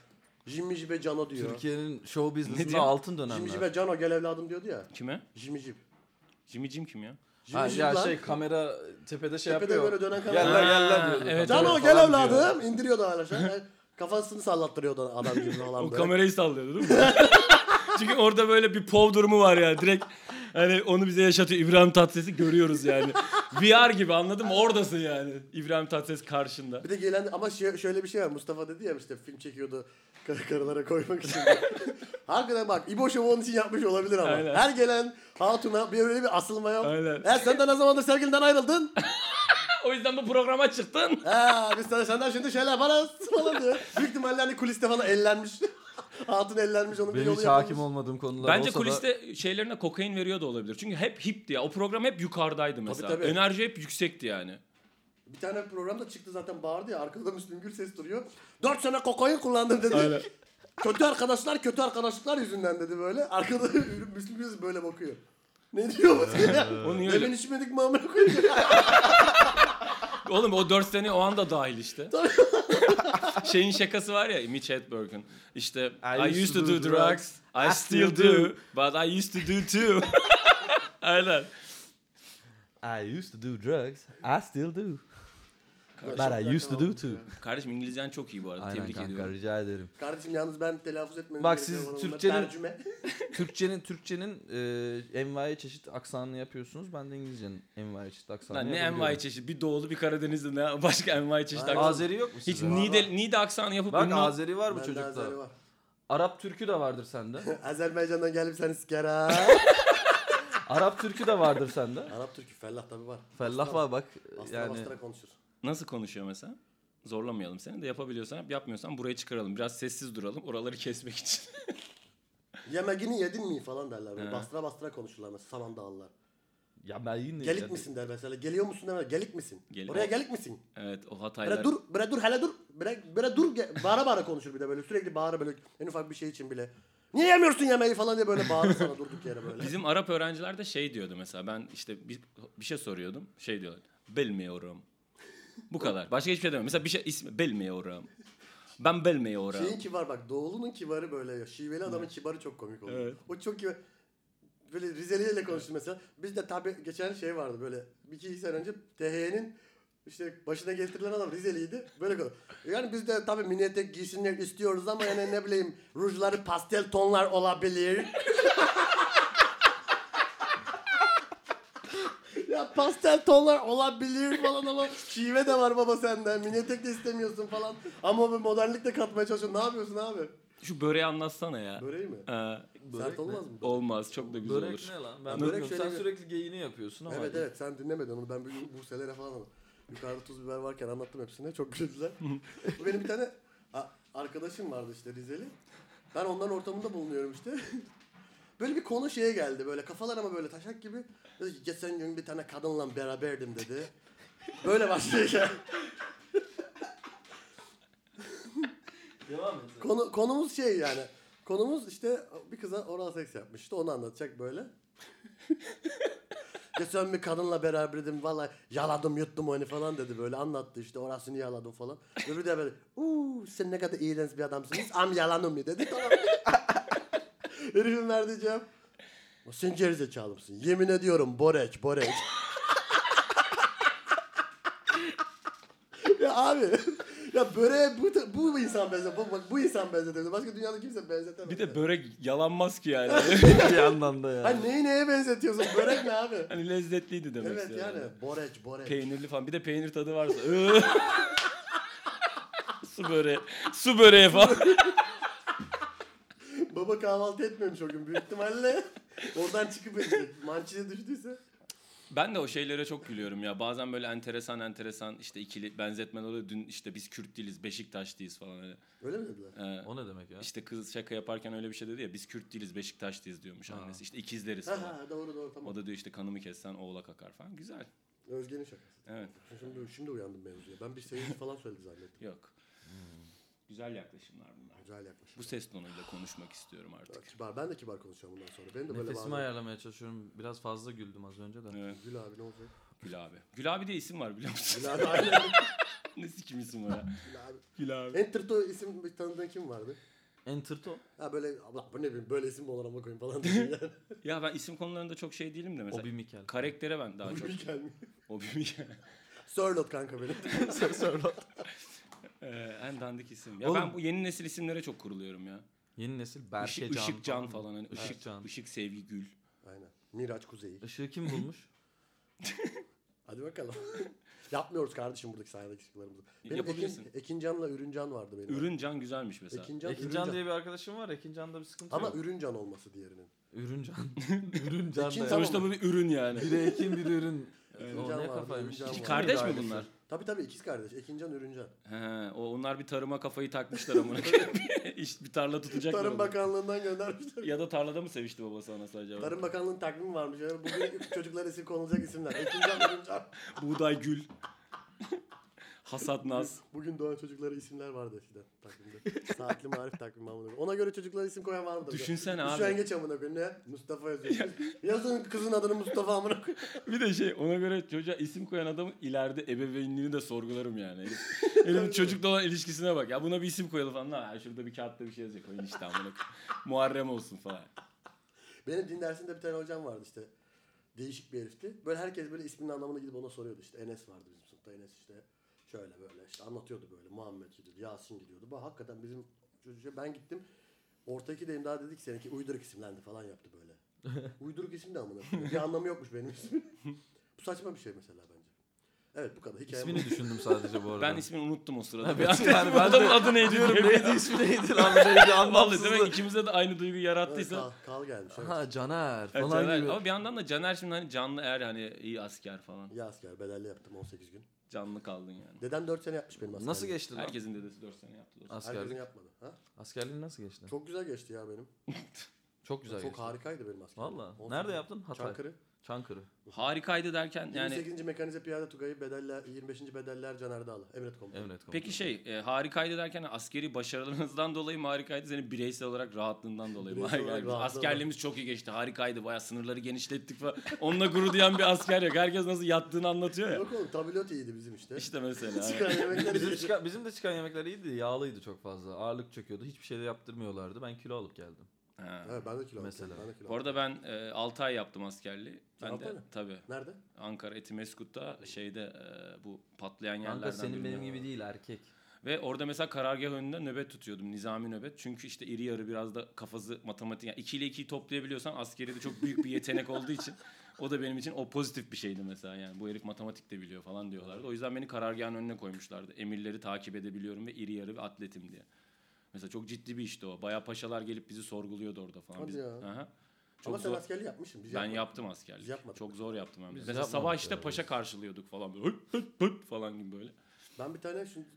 Jimmy Jibe Cano diyor. Türkiye'nin show Ne business'ında diyor? altın Jimmy dönemler. Jibe Cano gel evladım diyordu ya. Kime? Jimmy Jib. Jimmy Jim kim ya? Jimmy Jib Ya lan. şey kamera tepede şey Tepede yapıyor. böyle dönen Gel kamera. lan gel lan Ha, diyordu. evet, Cano Falan gel diyor. evladım. İndiriyordu hala şey. Kafasını sallattırıyordu adam gibi falan O böyle. kamerayı sallıyordu değil mi? Çünkü orada böyle bir pov durumu var ya. Direkt hani onu bize yaşatıyor. İbrahim Tatlıses'i görüyoruz yani. VR gibi, anladın mı? Oradasın yani. İbrahim Tatlıses karşında. Bir de gelen ama şöyle bir şey var. Mustafa dedi ya işte film çekiyordu karılara koymak için. Hakikaten bak İbo Show'u onun için yapmış olabilir ama. Aynen. Her gelen hatuna böyle bir asılma yok. Aynen. Sen de ne zamandır sevgilinden ayrıldın? O yüzden bu programa çıktın. Biz sana senden şimdi şeyler yaparız falan diyor. Büyük ihtimalle hani kuliste falan ellenmiş. Hatun ellenmiş onun bir Benim yolu hiç yapılmış. hakim olmadığım konular Bence olsa kuliste şeylerine kokain veriyor da olabilir. Çünkü hep hipti ya. O program hep yukarıdaydı mesela. tabii. Enerji hep yüksekti yani. Bir tane programda çıktı zaten bağırdı ya. Arkada Müslüm Gürses duruyor. 4 sene kokain kullandım dedi. Aynen. Kötü arkadaşlar kötü arkadaşlıklar yüzünden dedi böyle. Arkada Müslüm Gürses böyle bakıyor. Ne diyor bu diye. O niye öyle? Demin içmedik mi amına koyayım? Oğlum o 4 sene o anda dahil işte. Şeyin şakası var ya, Mitch Hedberg'ın. İşte I used to do drugs, I still do, but I used to do too. Aynen. I used to do drugs. I still do. But I used to do too. Kardeşim İngilizcen çok iyi bu arada. Aynen Tebrik kanka, ediyorum. rica ederim. Kardeşim yalnız ben telaffuz etmedim. Bak siz Türkçenin- Türkçenin envai çeşit aksanını yapıyorsunuz. Ben de İngilizcenin envai çeşit aksanını Lan ne yapabiliyorum. envai çeşit? Bir doğulu bir Karadenizli, ne başka envai çeşit Aynen. aksan. Azeri yok mu Hiç sizde? Niğde aksanı yapıp Bak ünlü- Azeri var bu Bende çocukta. Azeri var. Arap türkü de vardır sende. Azerbaycan'dan gelip seni sikera. Arap türkü de vardır sende. Arap Türkü fellah tabi var. Fellah var bak. Bastıra Yani bastıra konuşur. Nasıl konuşuyor mesela? Zorlamayalım seni de, yapabiliyorsan yap, yapmıyorsan burayı çıkaralım. Biraz sessiz duralım oraları kesmek için. Yemeğini yedin mi falan derler böyle. He. Bastıra bastıra konuşurlar mesela Samandağlılar. ya ben yine Gelik misin der mesela. Geliyor musun der. Gelik misin? Gelik. Oraya gelik misin? Evet, o Hataylar. Bre dur hele dur. Bre dur. Bağıra bağıra konuşur bir de böyle. Sürekli bağıra böyle. En ufak bir şey için bile. Niye yemiyorsun yemeği falan diye böyle bağırır sana durduk yere böyle. Bizim Arap öğrenciler de şey diyordu mesela, ben işte bir şey soruyordum. Şey diyorlar. Bilmiyorum. Bu kadar. Başka hiçbir şey demiyorum. Mesela bir şey ismi bilmiyorum. Ben bilmiyorum. Şeyin kibar bak. Doğulu'nun kibarı böyle. Şiveli adamın kibarı çok komik oluyor. Evet. O çok kibar. Böyle Rizeli'yle konuştu mesela. Bizde tabi geçen şey vardı böyle. Bir iki sene önce THY'nin işte başına getirilen adam Rizeliydi. Böyle kadar. Yani biz de tabi mini etek giysinler istiyoruz ama yani ne bileyim rujları pastel tonlar olabilir. Ya pastel tonlar olabilir falan ama şive de var baba senden. Mini etek de istemiyorsun falan. Ama bir modernlik de katmaya çalışıyorsun. Ne yapıyorsun abi? Şu böreği anlatsana ya. Böreği mi? Börek Sert olmaz mı? olmaz. Çok da güzel Börek olur. ne lan? Ben Börek bilmiyorum. şöyle Sen bir- sürekli geyini yapıyorsun ama. Evet evet sen dinlemedin onu. Ben Buse'lere falan yukarıda tuz biber varken anlattım hepsine. Çok güldüler. Benim bir tane arkadaşım vardı işte Rizeli. Ben onların ortamında bulunuyorum işte. Böyle bir konu şeye geldi böyle kafalar ama böyle taşak gibi. Dedi ki geçen gün bir tane kadınla beraberdim dedi. Böyle başlayacak. Devam et. Konumuz şey yani. Konumuz işte bir kıza oral seks yapmış. İşte onu anlatacak böyle. Geçen bir kadınla beraberdim vallahi yaladım yuttum onu falan dedi böyle anlattı işte orasını yaladım falan. Öbürü de böyle sen ne kadar iğrenç bir adamsınız am yalanım mı dedi tamam. Herifin verdiği cevap sen gerizekalı mısın? Yemin ediyorum borek. Ya abi ya böreğe bu insan benzetiyor. Bak bu insan benzetiyor. Başka dünyada kimse benzetemez. Bir de börek yalanmaz ki yani. Bir yandan da ya. Hani neyi neye benzetiyorsun? Börek ne abi? Hani lezzetliydi demek Evet istiyorum. yani borek. Peynirli falan. Bir de peynir tadı varsa. Su böreği falan. Baba kahvaltı etmemiş o gün büyük ihtimalle. Oradan çıkıp mançiye düştüyse. Ben de o şeylere çok gülüyorum ya. Bazen böyle enteresan işte ikili benzetmeler oluyor. Dün işte biz Kürt değiliz, Beşiktaşlıyız falan öyle. Öyle mi dediler? O ne demek ya? İşte kız şaka yaparken öyle bir şey dedi ya. Biz Kürt değiliz, Beşiktaşlıyız diyormuş annesi. İşte ikizleriz falan. Ha doğru tamam. O da diyor işte kanımı kessen oğlak akar falan. Güzel. Özge'nin şakası. Evet. Şimdi uyandım mevzuya. Ben bir seyirci falan söyledi zannettim. Yok. Güzel yaklaşımlar bunlar. Güzel yaklaşım. Bu ses tonuyla konuşmak istiyorum Ya, artık. kibar. Ben de kibar konuşacağım bundan sonra. Benim de böyle Nefesimi bazı... ayarlamaya çalışıyorum. Biraz fazla güldüm az önce de. Evet. Gül abi ne olacak? Gül abi. Gül abi diye isim var biliyor musun? Gül abi aynen. Ne sikim isim var ha? Gül abi. Gül abi. En tırto isim tanıdığın kim vardı? Enterto. Ha böyle Allah bu ne bileyim böyle isim mi olur ama koyayım falan diye yani. Ya ben isim konularında çok şey değilim de mesela. Obi Mikel. Karaktere ben daha çok. Mükemmel mi? Obi Mikel. Sörlot kanka benim. En dandik isim. Ya Oğlum. ben bu yeni nesil isimlere çok kuruluyorum ya. Yeni nesil Berke Işık, Can. Işık Can falan. Hani ışık, Işık Can. ışık Sevgi Gül. Aynen. Miraç Kuzey. Işığı kim bulmuş? Hadi bakalım. Yapmıyoruz kardeşim buradaki sahnedeki ışıklarımızı. Benim Yapabilirsin. Ekincan'la Ürüncan vardı benim. Ürüncan güzelmiş mesela. Ekincan, Ekincan diye bir arkadaşım var. Ekincan'da bir sıkıntı Ama yok. Ürüncan olması diğerinin. Ürüncan. Ürüncan Ekin da. tamam. Sonuçta bu bir ürün yani. Biri Ekin biri ürün. Ekincan O ne vardı, kafaymış. Ürüncan İki vardı. Kardeş mi ailesi. bunlar? Tabii ikiz kardeş. Ekincan Ürüncan. He, onlar bir tarıma kafayı takmışlar amına koyayım. İşte bir tarla tutacaklar. Tarım onu. Bakanlığı'ndan göndermişler. Ya da tarlada mı sevişti babası anası acaba? Tarım Bakanlığı'nın takvimi varmış. Yani bugün çocuklar isim konulacak isimler. Ekincan Ürüncan. Buğday Gül. Hasat Naz. Bugün doğan çocuklara isimler vardı eskiden takvimde. Saatli marif takvimi amına koyayım. Ona göre çocuklara isim koyan var mıdır? Düşünsene abi. Üşengeç amına koyayım. Ne? Mustafa yazıyor. Yazın kızın adını Mustafa amına koyayım. Bir de şey ona göre çocuğa isim koyan adamın ileride ebeveynliğini de sorgularım yani. Herifin çocukla olan ilişkisine bak. Ya buna bir isim koyalım falan. Ha, şurada bir kağıtta bir şey yazacak. Koyun işte amına koyayım. Muharrem olsun falan. Benim din dersinde bir tane hocam vardı işte. Değişik bir herifti. Böyle herkes böyle isminin anlamını gidip ona soruyordu işte. Enes vardı bizim sınıfta. Enes işte şöyle böyle işte anlatıyordu böyle. Muhammed gidiyordu. Yasin gidiyordu. Bak hakikaten bizim çocuğa ben gittim. Orta 2'deyim daha dedik seninki uyduruk isimlendi falan yaptı böyle. Uyduruk isim de amına koyayım. Bir anlamı yokmuş benim ismim. Bu saçma bir şey mesela bence. Evet bu kadar. Hikaye İsmini düşündüm sadece bu arada. Ben ismini unuttum o sırada. Evet, Bir yani ben de adamın adı neydi diyorum diye. neydi ismi neydi lan neydi Vallahi anlamsızdı. demek ikimize de aynı duygu Evet, yarattıysa. kal gelmiş. Evet. Ha Caner Evet, falan Caner. gibi. Ama bir yandan da Caner şimdi hani canlı eğer hani iyi asker falan. İyi asker bedelli yaptım 18 gün. Canlı kaldın yani. Dedem 4 sene yapmış benim askerliği. Nasıl geçti lan? Herkesin dedesi 4 sene yaptı dostum. Herkesin Askerlik? yapmadı. Ha? Askerliğin nasıl geçti? Çok güzel geçti ya benim. Çok güzel Çok geçti. harikaydı benim askerliğim. Valla. 18 Nerede yaptın? Hatay. Çankırı. Çankırı. Harikaydı derken yani 28. Mekanize Piyade Tugayı bedeller 25. bedeller Caner Dağlı. Emret komutanı. Emret komutanı. peki şey harikaydı derken askeri başarılarınızdan dolayı mı harikaydı senin bireysel olarak rahatlığından dolayı mı? Bireysel olarak Yani rahatlığından. askerliğimiz çok iyi geçti harikaydı bayağı sınırları genişlettik falan. Onunla gurur duyan bir asker yok. Herkes nasıl yattığını anlatıyor ya. Yok oğlum tabulot iyiydi bizim işte. İşte mesela. Çıkan yemekler iyiydi. Bizim de çıkan yemekler iyiydi. Yağlıydı çok fazla. Ağırlık çöküyordu. Hiçbir şey de yaptırmıyorlardı. Ben kilo alıp geldim. Ha. Evet ben de kilo Mesela. aldım. Ben de kilo Bu arada ben 6 ay yaptım askerliği. Ben Altı de ay mı? tabii Nerede? Ankara Etimeskut'ta şeyde bu patlayan yerlerden Kanka senin birinde. benim gibi değil erkek. Ve orada mesela karargah önünde nöbet tutuyordum. Nizami nöbet. Çünkü işte iri yarı biraz da kafası matematik. Yani 2 ile 2'yi toplayabiliyorsan askeri de çok büyük bir yetenek olduğu için o da benim için o pozitif bir şeydi mesela. Yani bu herif matematik de biliyor falan diyorlardı. O yüzden beni karargahın önüne koymuşlardı. Emirleri takip edebiliyorum ve iri yarı ve atletim diye. Mesela çok ciddi bir işti o. Bayağı paşalar gelip bizi sorguluyordu orada falan. Hadi ya. Aha. Çok Ama sen zor. askerliği yapmışsın. Biz Ben yapmadık. yaptım askerlik. Biz yapmadık. Çok zor yaptım hem de. Biz Mesela yapmadık sabah işte ya. paşa karşılıyorduk falan böyle. Hıt hıt hıt falan gibi böyle. Ben bir tane şimdi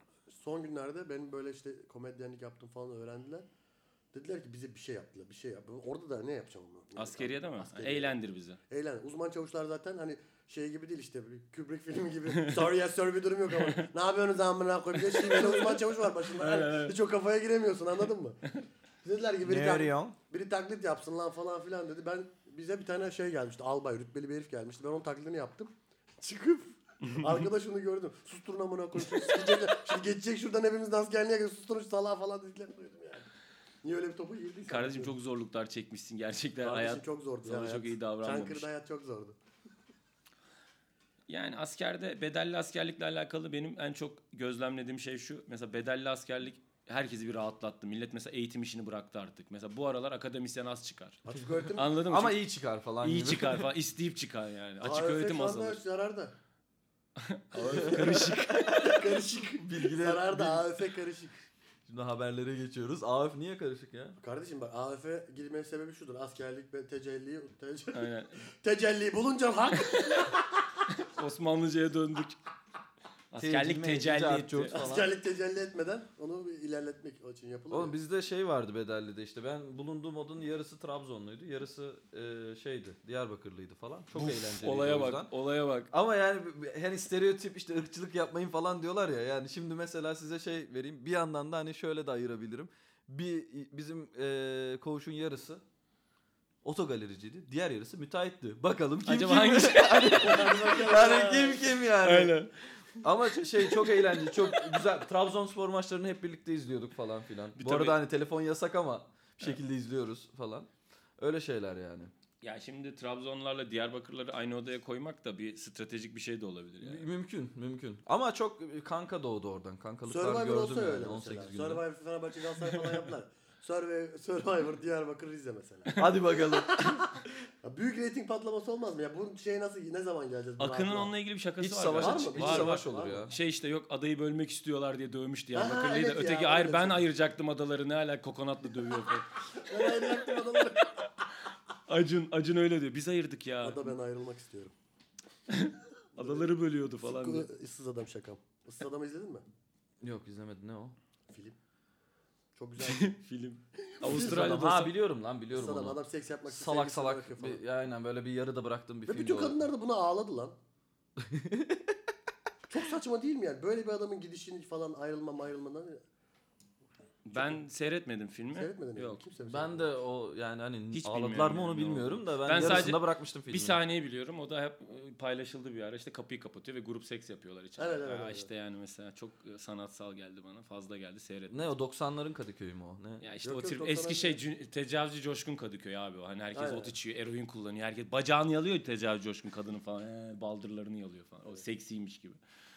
son günlerde benim böyle işte komedyenlik yaptım falan öğrendiler. Dediler ki bize bir şey yaptılar. Bir şey yap. Orada da ne yapacağım onu? Askeriye değil mi? Askeriye. Eğlendir bizi. Eğlen. Uzman çavuşlar zaten hani şey gibi değil işte bir Kubrick filmi gibi. Sorry yes sir bir durum yok ama. Ne yapıyorsunuz amına koyayım? Bir de şiveli uzman çavuş var başında. Hani hiç o kafaya giremiyorsun anladın mı? Dediler ki biri taklit yapsın lan falan filan dedi. Bize bir tane şey gelmişti. Albay rütbeli bir herif gelmişti. Ben onun taklidini yaptım. Çıkıp arkadaş onu gördüm. Susturun amına koyayım. Şimdi geçecek şuradan hepimiz askerliğe gidiyor. Susturun şu salağı falan dediklerini duydum yani. Niye öyle bir topu girdiysen. Kardeşim çok zorluklar çekmişsin gerçekten. Kardeşim Hayat çok zordu. sana ya, çok iyi davranmamış. Çankırı'da hayat çok zordu. Yani askerde bedelli askerlikle alakalı benim en çok gözlemlediğim şey şu. Mesela bedelli askerlik herkesi bir rahatlattı. Millet mesela eğitim işini bıraktı artık. Mesela bu aralar akademisyen az çıkar. Açık öğretim. Anladın mı? Ama Çünkü iyi çıkar falan iyi gibi. çıkar falan. İsteyip çıkar yani. Açık AFP öğretim şu anda azalır. zararda. Karışık. Karışık. Bilgiler- Zararda AFP karışık. Şimdi haberlere geçiyoruz. AF niye karışık ya? Kardeşim bak AFP girmenin sebebi şudur. Askerlik ve Aynen. tecelli bulunca hak. Osmanlıca'ya döndük. Askerlik tecelli etti. Askerlik tecelli etmeden onu bir ilerletmek için yapılıyor. Oğlum bizde şey vardı bedellide işte. Ben bulunduğum odun yarısı Trabzonluydu. Yarısı şeydi. Diyarbakırlıydı falan. Çok eğlenceliydi Olaya o yüzden. bak. Olaya bak. Ama yani hani stereotip işte ırkçılık yapmayın falan diyorlar ya. Yani şimdi mesela size şey vereyim. Bir yandan da hani şöyle de ayırabilirim. Bizim koğuşun yarısı otogalericiydi. Diğer yarısı müteahhitti. Bakalım kim Acaba kim? hangisi? Yani kim yani? Aynen. Ama şey çok eğlenceli, çok güzel. Trabzonspor maçlarını hep birlikte izliyorduk falan filan. Bu tabii- arada hani telefon yasak ama bir şekilde izliyoruz falan. Öyle şeyler yani. Ya şimdi Trabzonlarla Diyarbakırları aynı odaya koymak da bir stratejik bir şey de olabilir yani. Mümkün. Ama çok kanka doğdu oradan. Kankalıklar Survivor olsa gördüm öyle yani mesela. 18 günde. Survivor Fenerbahçe Galatasaray falan yaptılar. Survivor Diyarbakır Rize mesela. Hadi bakalım. Ya büyük reyting patlaması olmaz mı ya? Bu şey nasıl ne zaman geleceğiz? buna Akın'ın akla? onunla ilgili bir şakası İç var. savaş, galiba. mı? iç Var, savaş var. olur var ya. mı? Şey işte yok adayı bölmek istiyorlar diye dövmüş Diyarbakırlı'yı evet da. ya, Öteki öyle hayır bir ben şey. ayıracaktım adaları ne hala kokonatla dövüyor falan. Ben ayrılacaktım adamları. Acun öyle diyor. Biz ayırdık ya. Ada ben ayrılmak istiyorum. Adaları bölüyordu falan diye. Issız Adam şakam. Issız Adam'ı izledin mi? Yok izlemedim, ne o? Film. Çok güzel. Film. Ha Avustralya'da biliyorum Issız Adam, onu. adam seks yapmak için Salak sevgilisini salak bırakıyor falan. aynen böyle bir yarıda bıraktığım bir Ve film. bütün kadınlar da buna ağladı lan. Çok saçma değil mi yani? Böyle bir adamın gidişini falan ayrılmadan ben seyretmedim filmi. seyretmedin mi? Yok. Kimse mi Ben seyretmedi? de o yani hani Hiç ağladılar bilmiyorum mı onu yani ne bilmiyorum oldu. da ben Ben yarısında sadece bırakmıştım filmi. Bir saniye biliyorum. O da hep paylaşıldı bir ara. İşte kapıyı kapatıyor ve grup seks yapıyorlar içeride. Evet, evet, evet. İşte yani mesela çok sanatsal geldi bana. Fazla geldi seyrettim. Ne o 90'ların Kadıköy'ü mü o? Ne? Ya işte Yok, o yok, tip 90'lar eski şey tecavüzcü Coşkun Kadıköy abi o. Hani herkes Aynen. ot içiyor, eroin kullanıyor. Herkes bacağını yalıyor tecavüzcü Coşkun kadının falan. Baldırlarını yalıyor falan. O seksiymiş gibi.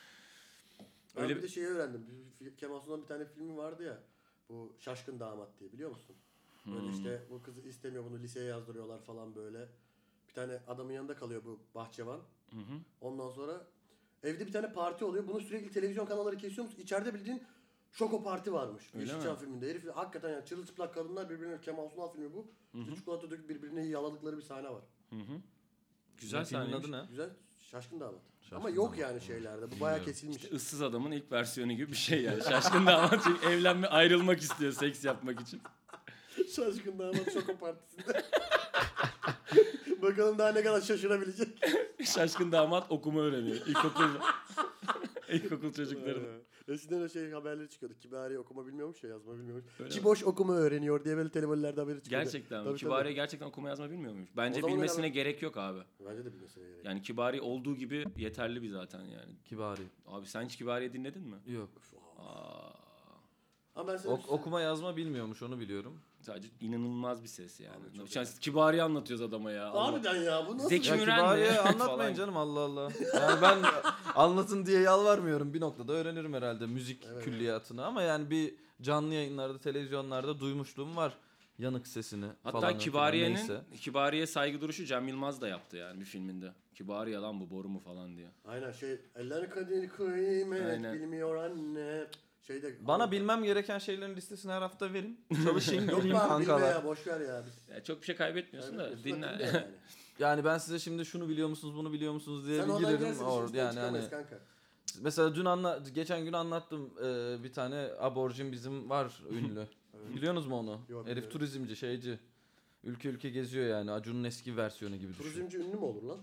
Ben Öyle bir de şeyi öğrendim. Kemal Sunal'ın bir tane filmi vardı ya. Bu Şaşkın Damat diye biliyor musun? Böyle işte bu kızı istemiyor, bunu liseye yazdırıyorlar falan böyle. Bir tane adamın yanında kalıyor bu bahçıvan. Ondan sonra evde bir tane parti oluyor. Bunu sürekli televizyon kanalları kesiyormuş. İçeride bildiğin Şoko Parti varmış. Öyle Yeşilçam mi? filminde. Herif hakikaten yani çırılçıplak kadınlar birbirine, Kemal Sunal filmi bu. İşte çikolata döküp birbirine yaladıkları bir sahne var. Güzel Filmin sahneymiş. adı ne? Güzel. Şaşkın Damat. Şaşkın Ama yok Damat. yani şeylerde. Bu bayağı kesilmiş. Issız adamın ilk versiyonu gibi bir şey yani. Şaşkın damat çünkü evlenme ayrılmak istiyor seks yapmak için. Şaşkın Damat Şoko Partisi'nde. Bakalım daha ne kadar şaşırabilecek. Şaşkın damat okuma öğreniyor. İlkokul çocukları. Eskiden o şey haberleri çıkıyordu. Kibariye okuma bilmiyormuş ya, yazma bilmiyormuş. Öyle Kiboş okuma öğreniyor diye böyle televizyonlarda haberi çıkıyordu. Gerçekten mi? Tabii, Kibariye gerçekten okuma yazma bilmiyor muymuş? Bence O zaman bilmesine öyle- gerek yok abi. tabii. Bence de bilmesine gerek. Yani Kibariye olduğu gibi yeterli bir zaten yani. Kibari. Abi sen hiç Kibariye dinledin mi? Yok. Aa, Ama ben sana Okuma yazma bilmiyormuş, onu biliyorum. sadece inanılmaz bir ses yani. Abi çok Yani Kibariye anlatıyoruz adama ya. Allah. Harbiden ya bu nasıl? Zeki Ya Müren Kibariye mi? anlatmayın Falan. canım, Allah Allah. Yani ben anlatın diye yalvarmıyorum. Bir noktada öğrenirim herhalde müzik Evet. külliyatını ama yani bir canlı yayınlarda, televizyonlarda duymuşluğum var yanık sesini Hatta falan. Kibariye'nin Kibariye saygı duruşu Cem Yılmaz da yaptı yani bir filminde. Kibariye lan bu boru mu falan diye. Aynen şey eller kadir kıymet Aynen. bilmiyor anne. Şeyde Bana bilmem gereken şeylerin listesini her hafta verin. Çalışayım, Yok bileyim be abi bilme kankalar. ya boş ver ya. Ya çok bir şey kaybetmiyorsun da dinle. Yani. Yani ben size şimdi şunu biliyor musunuz, bunu biliyor musunuz diye Sen bir oradan girerim. gelsin Orada yani hani kanka. mesela geçen gün anlattım, bir tane aborjin bizim var ünlü. Biliyorsunuz mu onu? Yok, Herif bilmiyorum. turizmci, şeyci. Ülke ülke geziyor yani. Acun'un eski versiyonu gibi düşün. Turizmci ünlü mü olur lan?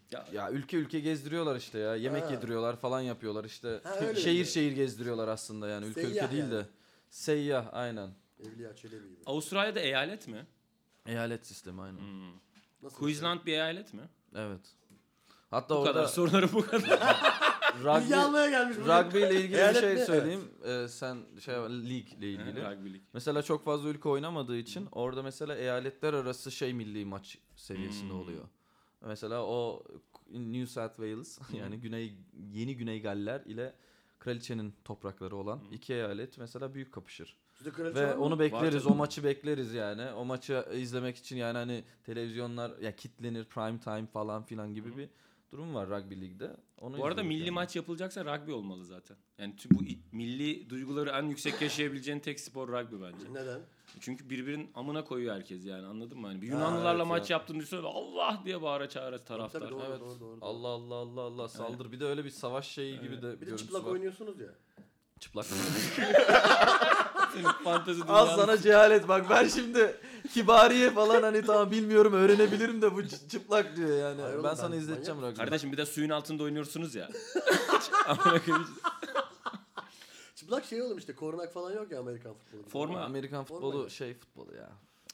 Ya ülke ülke gezdiriyorlar işte ya. Yemek Ha. yediriyorlar falan yapıyorlar işte. Ha, öyle Şehir mi? şehir gezdiriyorlar aslında yani. Ülke Seyyah ülke değil yani. de. Seyyah aynen. Evliya Çelebi gibi. Avustralya'da eyalet mi? Eyalet sistemi aynen. Nasıl Queensland bir eyalet mi? Evet. Hatta Bu kadar orada soruları bu kadar. Bilgi almaya gelmiş. rugby ile ilgili bir Eyalet şey mi? söyleyeyim. Sen lig ile ilgili. Rugby lig. Mesela çok fazla ülke oynamadığı için orada mesela eyaletler arası milli maç seviyesinde oluyor. Mesela o New South Wales yani Yeni Güney Galler ile Kraliçenin toprakları olan iki eyalet mesela büyük kapışır. Sizde kraliçe Ve var mı? onu bekleriz, tabii. o maçı bekleriz yani. O maçı izlemek için yani hani televizyonlar ya kitlenir, prime time falan filan gibi bir durum var rugby ligde. Onu Bu arada izliyoruz milli yani. maç yapılacaksa rugby olmalı zaten. Yani tüm bu milli duyguları en yüksek yaşayabileceğin tek spor rugby bence. Neden? Çünkü birbirinin amına koyuyor herkes yani anladın mı? Hani bir Yunanlılarla evet maç ya. yaptığını düşünsene Allah diye bağıra çağıra taraftar. Tabii, doğru, Evet. doğru. Allah Allah Allah Allah saldır. Bir de öyle bir savaş şeyi gibi de Bir de görüntüsü çıplak var. oynuyorsunuz ya. Çıplak. Senin fantezi Al dünyanın- sana cehalet bak, ben şimdi Kibariye falan hani tamam bilmiyorum öğrenebilirim de bu çıplak diyor yani. Hayır oğlum, Ben ben sana izleteceğim manyak rugby. Kardeşim bir de suyun altında oynuyorsunuz ya. Amına koyayım. Çıplak şey oğlum işte korunak falan yok ya Amerikan futbolu. Forma. Amerikan Forma futbolu ya. şey futbolu ya.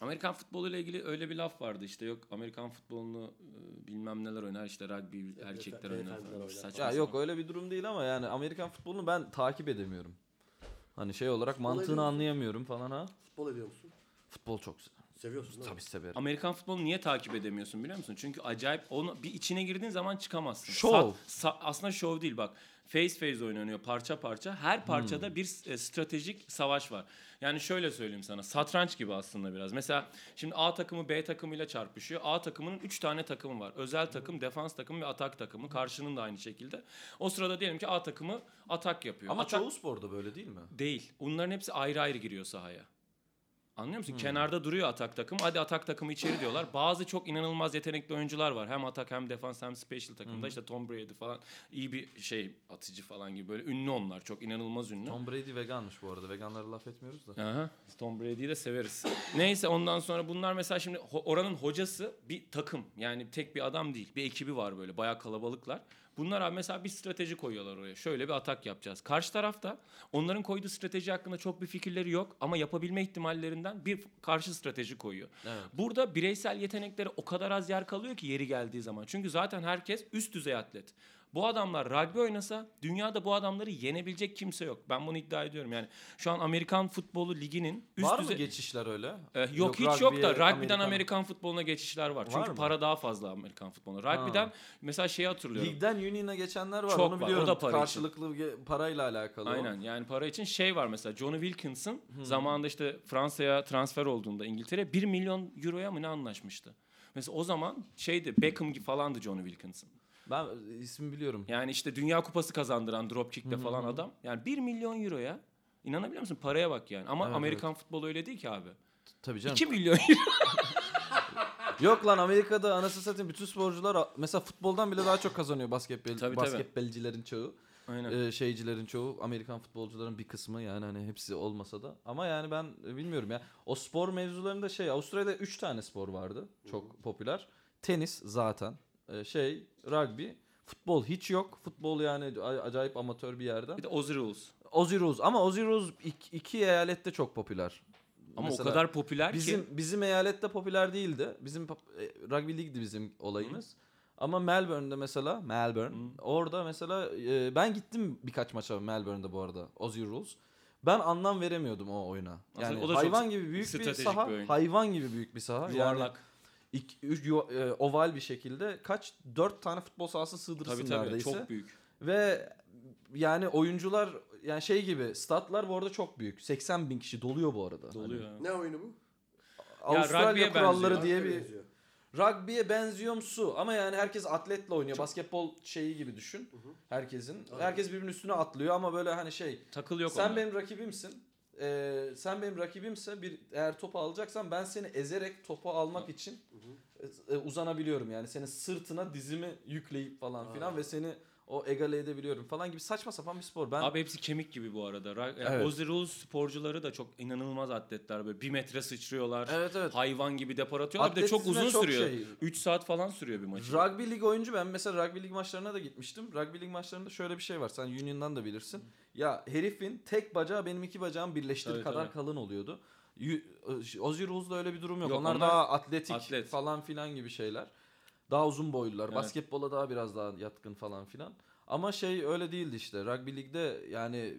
Amerikan futbolu ile ilgili öyle bir laf vardı işte, yok Amerikan futbolunu bilmem neler oynar, işte rugby erkekler oynar beyefendiler falan. oynar. Saçma Ya sapan. yok öyle bir durum değil ama yani Amerikan futbolunu ben takip edemiyorum. Hani şey olarak Futbol ediyor mantığını musun? anlayamıyorum falan ha. Futbol ediyor musun? Futbol çok Seviyorsun değil mi? tabii severim. Amerikan futbolunu niye takip edemiyorsun biliyor musun? Çünkü acayip, onu bir içine girdiğin zaman çıkamazsın. Şov. Aslında şov değil bak. Phase oynanıyor parça parça. Her parçada bir stratejik savaş var. Yani şöyle söyleyeyim sana. Satranç gibi aslında biraz. Mesela şimdi A takımı B takımıyla çarpışıyor. A takımının 3 tane takımı var. Özel takım, defans takımı ve atak takımı. Karşının da aynı şekilde. O sırada diyelim ki A takımı atak yapıyor. Ama Atak çoğu sporda böyle değil mi? değil. Bunların hepsi ayrı ayrı giriyor sahaya. Anlıyor musun? Kenarda duruyor atak takım. Hadi atak takımı içeri diyorlar. Bazı çok inanılmaz yetenekli oyuncular var. Hem atak hem defans hem special takımda. İşte Tom Brady falan iyi bir şey atıcı falan gibi, böyle ünlü onlar. Çok inanılmaz ünlü. Tom Brady veganmış bu arada. Veganlara laf etmiyoruz da. Aha, Tom Brady'yi de severiz. Neyse, ondan sonra bunlar mesela şimdi oranın hocası bir takım. Yani tek bir adam değil. Bir ekibi var böyle. Bayağı kalabalıklar. Bunlar abi mesela bir strateji koyuyorlar oraya. Şöyle bir atak yapacağız. Karşı tarafta onların koyduğu strateji hakkında çok bir fikirleri yok ama yapabilme ihtimallerinden bir karşı strateji koyuyor. Evet. Burada bireysel yeteneklere o kadar az yer kalıyor ki yeri geldiği zaman. Çünkü zaten herkes üst düzey atlet. Bu adamlar rugby oynasa dünyada bu adamları yenebilecek kimse yok. Ben bunu iddia ediyorum. Yani şu an Amerikan futbolu liginin üst Var düzey... mı geçişler öyle? Yok hiç yok da rugby'ye, rugby'den Amerikan futboluna geçişler var. Çünkü mı? para daha fazla Amerikan futboluna. Rugby'den mesela şeyi hatırlıyorum. Ligden Union'a geçenler var. Çok Onu var. biliyorum. O da para için. Karşılıklı parayla alakalı. Aynen, yani para için şey var mesela, Johnny Wilkinson zamanında işte Fransa'ya transfer olduğunda İngiltere 1 milyon euroya mı ne anlaşmıştı. Mesela o zaman şeydi, Beckham falandı Johnny Wilkinson. Ben ismi biliyorum. Yani işte Dünya Kupası kazandıran dropkick'le falan adam. Yani 1 milyon euroya, inanabiliyor musun? Paraya bak yani. Ama Evet, Amerikan futbolu öyle değil ki abi. Tabii canım. 2 milyon euro. Yok lan, Amerika'da anasını satayım bütün sporcular mesela futboldan bile daha çok kazanıyor Tabii. basketbolcilerin çoğu. Aynen. Şeycilerin çoğu, Amerikan futbolcuların bir kısmı, yani hani hepsi olmasa da. Ama yani ben bilmiyorum ya. O spor mevzularında Avustralya'da 3 tane spor vardı. Çok popüler. Tenis zaten. Rugby. Futbol hiç yok. Futbol yani acayip amatör bir yerden. Bir de Aussie Rules. Aussie Rules, ama Aussie Rules iki eyalette çok popüler. Ama Mesela o kadar popüler ki. Bizim eyalette popüler değildi. Bizim rugby ligdi bizim olayımız. Ama Melbourne'de mesela orada mesela ben gittim birkaç maça Melbourne'de bu arada, Aussie Rules. Ben anlam veremiyordum o oyuna. Yani o da hayvan çok gibi büyük bir stratejik saha, bir oyun. hayvan gibi büyük bir saha. Yuvarlak. Oval bir şekilde 4 tane futbol sahası sığdırırsın Tabii neredeyse. çok büyük. Ve yani oyuncular, yani şey gibi, statlar bu arada çok büyük. 80 bin kişi doluyor bu arada. Doluyor. Hani Ne oyunu bu? Avustralya rugby'ye kuralları benziyor. diye bir Benziyor. rugby'ye benziyormsu ama yani herkes atletle oynuyor. Basketbol şeyi gibi düşün. Herkesin. Herkes birbirinin üstüne atlıyor ama böyle hani Takıl yok sen onda. benim rakibimsin. Sen benim rakibimse eğer topu alacaksan ben seni ezerek topu almak için uzanabiliyorum. Yani senin sırtına dizimi yükleyip falan filan ve seni o egale edebiliyorum falan gibi saçma sapan bir spor. Abi hepsi kemik gibi bu arada. Yani Evet. Aussie Rules sporcuları da çok inanılmaz atletler. Böyle 1 metre sıçrıyorlar. Evet. Hayvan gibi depar atıyorlar. Bir de çok Atletizme uzun çok sürüyor. şey. 3 saat falan sürüyor bir maçı. Rugby lig oyuncu, ben mesela rugby lig maçlarına da gitmiştim. Rugby lig maçlarında şöyle bir şey var. Sen Union'dan da bilirsin. Ya herifin tek bacağı benim 2 bacağım birleştiği Tabii, kadar tabii. kalın oluyordu. Aussie Rules'da öyle bir durum yok. Yok, onlar onlar daha atletik atlet. falan filan gibi şeyler. Daha uzun boylular. Evet. Basketbola daha biraz daha yatkın falan filan. Ama öyle değildi işte. Rugby ligde yani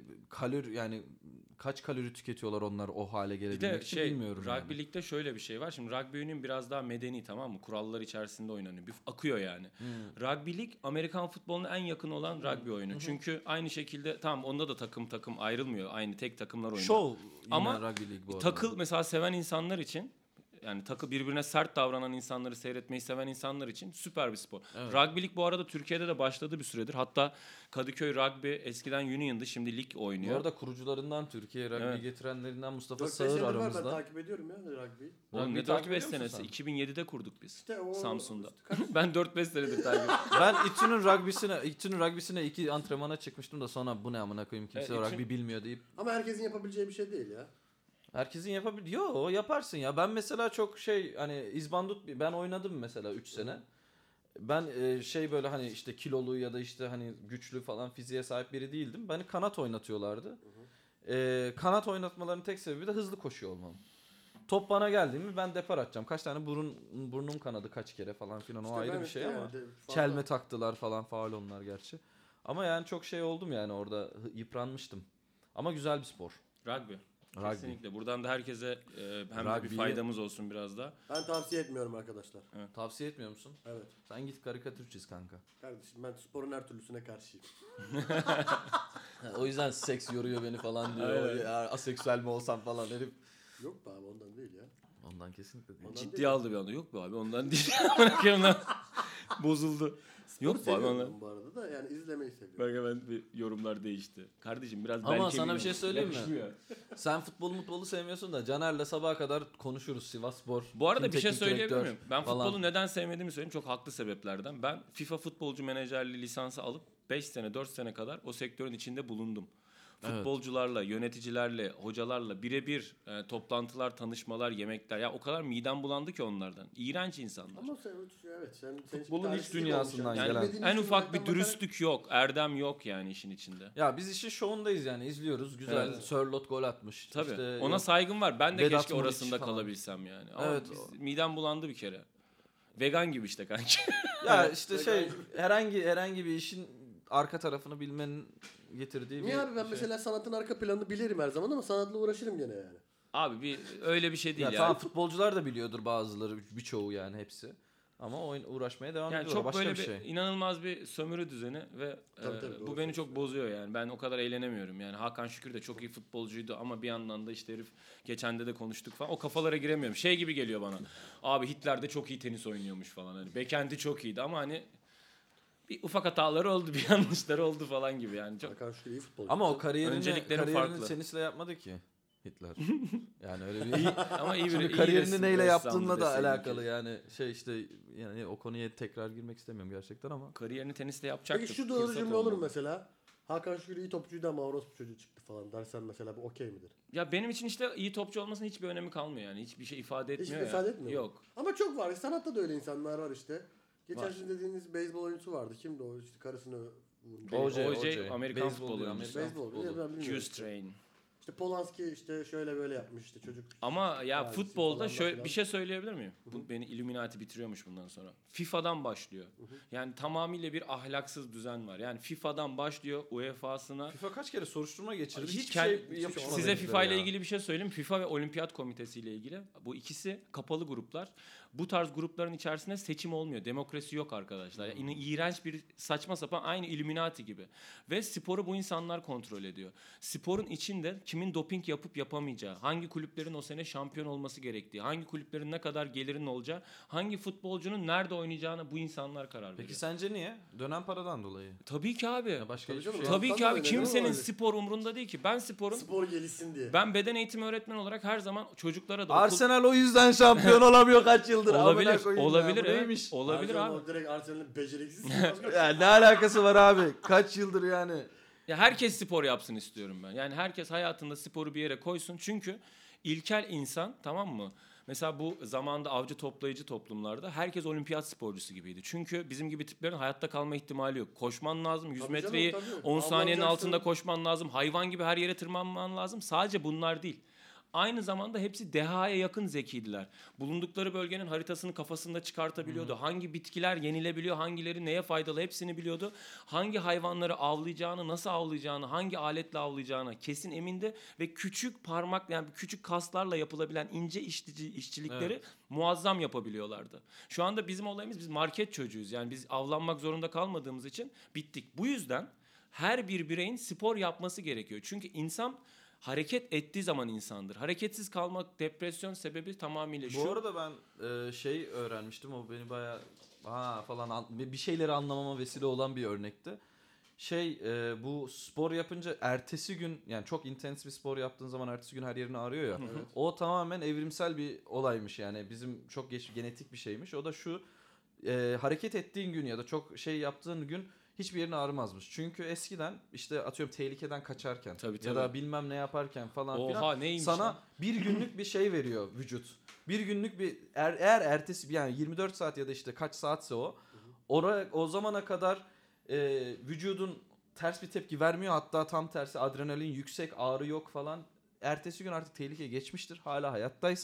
kaç kalori tüketiyorlar onlar o hale Bir gelebilmek de için bilmiyorum. rugby yani. ligde şöyle bir şey var. Şimdi rugby union biraz daha medeni, tamam mı? Kurallar içerisinde oynanıyor. Bir akıyor yani. Rugby lig Amerikan futboluna en yakın olan rugby oyunu. Çünkü aynı şekilde tamam, onda da takım ayrılmıyor. Aynı tek takımlar oynuyor. Show yine Ama rugby lig bu arada. takıl mesela seven insanlar için, yani birbirine sert davranan insanları seyretmeyi seven insanlar için süper bir spor. Evet. Rugby lig bu arada Türkiye'de de başladı bir süredir. Hatta Kadıköy Rugby eskiden Union'dı, şimdi lig Bu oynuyor. arada kurucularından, Türkiye'ye rugby Evet. getirenlerinden Mustafa 4-5 Sağır senedir var, ben aramızda. takip ediyorum ya rugby'yi. Oğlum Rugby'yi ne takip 4-5 ediyor musun senesi? sen? 2007'de kurduk biz. İşte o Samsun'da. kaç- Ben 4-5 senedir takip ediyorum. Ben İTÜ'nün rugby'sine 2 antrenmana çıkmıştım da sonra bu ne amına koyayım, kimse İTÜ- rugby bilmiyor deyip. Ama herkesin yapabileceği bir şey değil ya. Herkesin Yo, yaparsın ya. Ben mesela çok hani izbandut, ben oynadım mesela 3 sene. Ben böyle hani işte kilolu ya da işte hani güçlü falan fiziğe sahip biri değildim. Beni kanat oynatıyorlardı. Kanat oynatmaların tek sebebi de hızlı koşuyor olmam. Top bana geldi mi ben depar atacağım. Kaç tane burnum kanadı kaç kere falan filan o İşte ayrı ben bir işte şey ama yani fazla- çelme taktılar falan faul onlar gerçi. Ama yani çok şey oldum yani orada yıpranmıştım. Ama güzel bir spor. Rugby. Rugby. Kesinlikle. Buradan da herkese hem de bir Rugby'yi- faydamız olsun biraz da. Ben tavsiye etmiyorum arkadaşlar. Tavsiye etmiyor musun? Evet. Sen git karikatür çiz kanka. Kardeşim ben sporun her türlüsüne karşıyım. O yüzden seks yoruyor beni falan diyor. Aynen. Ya, aseksüel mi olsam falan herif. Yok be abi ondan değil ya. Ondan kesinlikle değil. Ondan Ciddiye değil. aldı bir anda. Yok be abi ondan değil. Bırakayım lan. Bozuldu. Sporu Yok be abi seviyorum ondan. ben bu arada da yani izlemeyi seviyorum. Bak hemen bir yorumlar değişti. Kardeşim biraz Ama belki sana bir şey söyleyeyim mi? Yakışmıyor. Sen futbolu sevmiyorsun da Caner'le sabaha kadar konuşuruz Sivasspor. Bu arada kim bir şey teknik söyleyebilir direktör miyim? Ben falan. futbolu neden sevmediğimi söyleyeyim. Çok haklı sebeplerden. Ben FIFA futbolcu menajerliği lisansı alıp 5 sene 4 sene kadar o sektörün içinde bulundum. Evet. Futbolcularla, yöneticilerle, hocalarla birebir toplantılar, tanışmalar, yemekler. Ya o kadar midem bulandı ki onlardan. İğrenç insanlar. Ama sen evet sen Futbolun bir iç tarihçilik dünyasından olmuş Yani gelen. Bilmediğin en için ufak bir uzaktan dürüstlük yok, erdem yok yani işin içinde. Ya biz işin şovundayız yani izliyoruz. Güzel. Evet. Sörlot gol atmış. Tabii. İşte Ona yok. saygım var. Ben de Vedat keşke Muriç orasında falan. kalabilsem yani. Ama Evet. midem bulandı bir kere. Vegan gibi işte kanki. Ya işte şey herhangi bir işin arka tarafını bilmenin getirdiği bir Niye abi ben şey. mesela sanatın arka planını bilirim her zaman ama sanatla uğraşırım gene yani. Abi öyle bir şey değil Ya yani. tamam futbolcular da biliyordur bazıları birçoğu yani hepsi. Ama uğraşmaya devam Yani ediyorlar. çok Başka böyle bir şey. inanılmaz bir sömürü düzeni ve Tabii, bu doğru beni çok söylüyorsun. bozuyor yani. Ben o kadar eğlenemiyorum yani. Hakan Şükür de çok iyi futbolcuydu ama bir yandan da işte herif geçen de konuştuk falan. O kafalara giremiyorum. Şey gibi geliyor bana. Abi Hitler de çok iyi tenis oynuyormuş falan hani. Bekendi çok iyiydi ama hani bir ufak hataları oldu, bir yanlışları oldu falan gibi yani. Çok Hakan Şükür iyi futbolcu. Ama o kariyerini Önceliklerim farklı. tenisle yapmadı ki Hitler. Yani öyle bir ama iyi Şimdi iyi kariyerini resim- neyle ressamdı yaptığınla da deseydim alakalı ki. yani şey işte yani o konuya tekrar girmek istemiyorum gerçekten ama. Kariyerini tenisle yapacaktı. Peki şu doğru Fırsat cümle olur mu olmadı. mesela? Hakan Şükür iyi topçuydu ama orospu çocuğu çıktı falan dersen mesela bu okey midir? Ya benim için işte iyi topçu olmasının hiçbir önemi kalmıyor yani. Hiçbir şey ifade etmiyor Hiçbir ya. ifade etmiyor mu? Yok. Ama çok var. Sanatta da öyle insanlar var işte. Geçen Var. sizin dediğiniz beyzbol oyuncusu vardı. Kimdi o? İşte karısını vurmuş. O.J. Amerikan Beyzbol futbolu diyor, oyuncusu. Amerikan Beyzbol. futbolu. Ben bilmiyorum. Q-Strain. İşte Polanski işte şöyle böyle yapmış işte çocuk. Ama ya Abisi futbolda falan şöyle filan. bir şey söyleyebilir miyim? Bu beni Illuminati bitiriyormuş bundan sonra. FIFA'dan başlıyor. Yani tamamıyla bir ahlaksız düzen var. Yani FIFA'dan başlıyor UEFA'sına. FIFA kaç kere soruşturma geçirdi. Hiç Hiçbir şey yapışmadı. Size heriflere FIFA ile ya. ilgili bir şey söyleyeyim. FIFA ve Olimpiyat Komitesi ile ilgili. Bu ikisi kapalı gruplar. Bu tarz grupların içerisinde seçim olmuyor. Demokrasi yok arkadaşlar. Yani iğrenç bir saçma sapan aynı Illuminati gibi. Ve sporu bu insanlar kontrol ediyor. Sporun içinde kimin doping yapıp yapamayacağı, hangi kulüplerin o sene şampiyon olması gerektiği, hangi kulüplerin ne kadar gelirinin olacağı, hangi futbolcunun nerede oynayacağına bu insanlar karar veriyor. Peki sence niye? Dönen paradan dolayı. Tabii ki abi. Ya başka Tabii hiçbir canım, şey. Tabii Tabii ki abi öyle, kimsenin öyle. spor umrunda değil ki. Ben sporun Spor gelişsin diye. ben beden eğitimi öğretmeni olarak her zaman çocuklara da Arsenal o yüzden şampiyon olamıyor kaç yıldır. olabilir, Amına koyayım ya, olabilir, bu evet. neymiş? Olabilir Arsenal abi. Direkt Arsenal'in beceriksiz. Ya ne alakası var abi? Kaç yıldır yani? Ya herkes spor yapsın istiyorum ben. Yani herkes hayatında sporu bir yere koysun. Çünkü ilkel insan, tamam mı? Mesela bu zamanda avcı toplayıcı toplumlarda herkes olimpiyat sporcusu gibiydi. Çünkü bizim gibi tiplerin hayatta kalma ihtimali yok. Koşman lazım. 100 Tabii metreyi canım, tabii. 10 saniyenin Avlanacaksın. altında koşman lazım. Hayvan gibi her yere tırmanman lazım. Sadece bunlar değil. Aynı zamanda hepsi dehaya yakın zekiydiler. Bulundukları bölgenin haritasını kafasında çıkartabiliyordu. Hangi bitkiler yenilebiliyor, hangileri neye faydalı hepsini biliyordu. Hangi hayvanları avlayacağını, nasıl avlayacağını, hangi aletle avlayacağını kesin emindi. Ve küçük parmak yani küçük kaslarla yapılabilen ince işçilikleri muazzam yapabiliyorlardı. Şu anda bizim olayımız biz market çocuğuyuz. Yani biz avlanmak zorunda kalmadığımız için bittik. Bu yüzden her bir bireyin spor yapması gerekiyor. Çünkü insan hareket ettiği zaman insandır. Hareketsiz kalmak depresyon sebebi tamamıyla şu. Bu arada ben şey öğrenmiştim o beni bayağı falan bir şeyleri anlamama vesile olan bir örnekti. Bu spor yapınca ertesi gün yani çok intens bir spor yaptığın zaman ertesi gün her yerini ağrıyor ya. Evet. O tamamen evrimsel bir olaymış yani bizim çok genetik bir şeymiş. O da şu hareket ettiğin gün ya da çok şey yaptığın gün hiçbir yerin ağrımazmış. Çünkü eskiden işte atıyorum tehlikeden kaçarken Tabii, ya tabii. da bilmem ne yaparken falan Oha, filan neymiş sana lan? bir günlük bir şey veriyor vücut. Bir günlük bir eğer ertesi yani 24 saat ya da işte kaç saatse o zamana kadar vücudun ters bir tepki vermiyor. Hatta tam tersi adrenalin yüksek, ağrı yok falan. Ertesi gün artık tehlike geçmiştir. Hala hayattaysan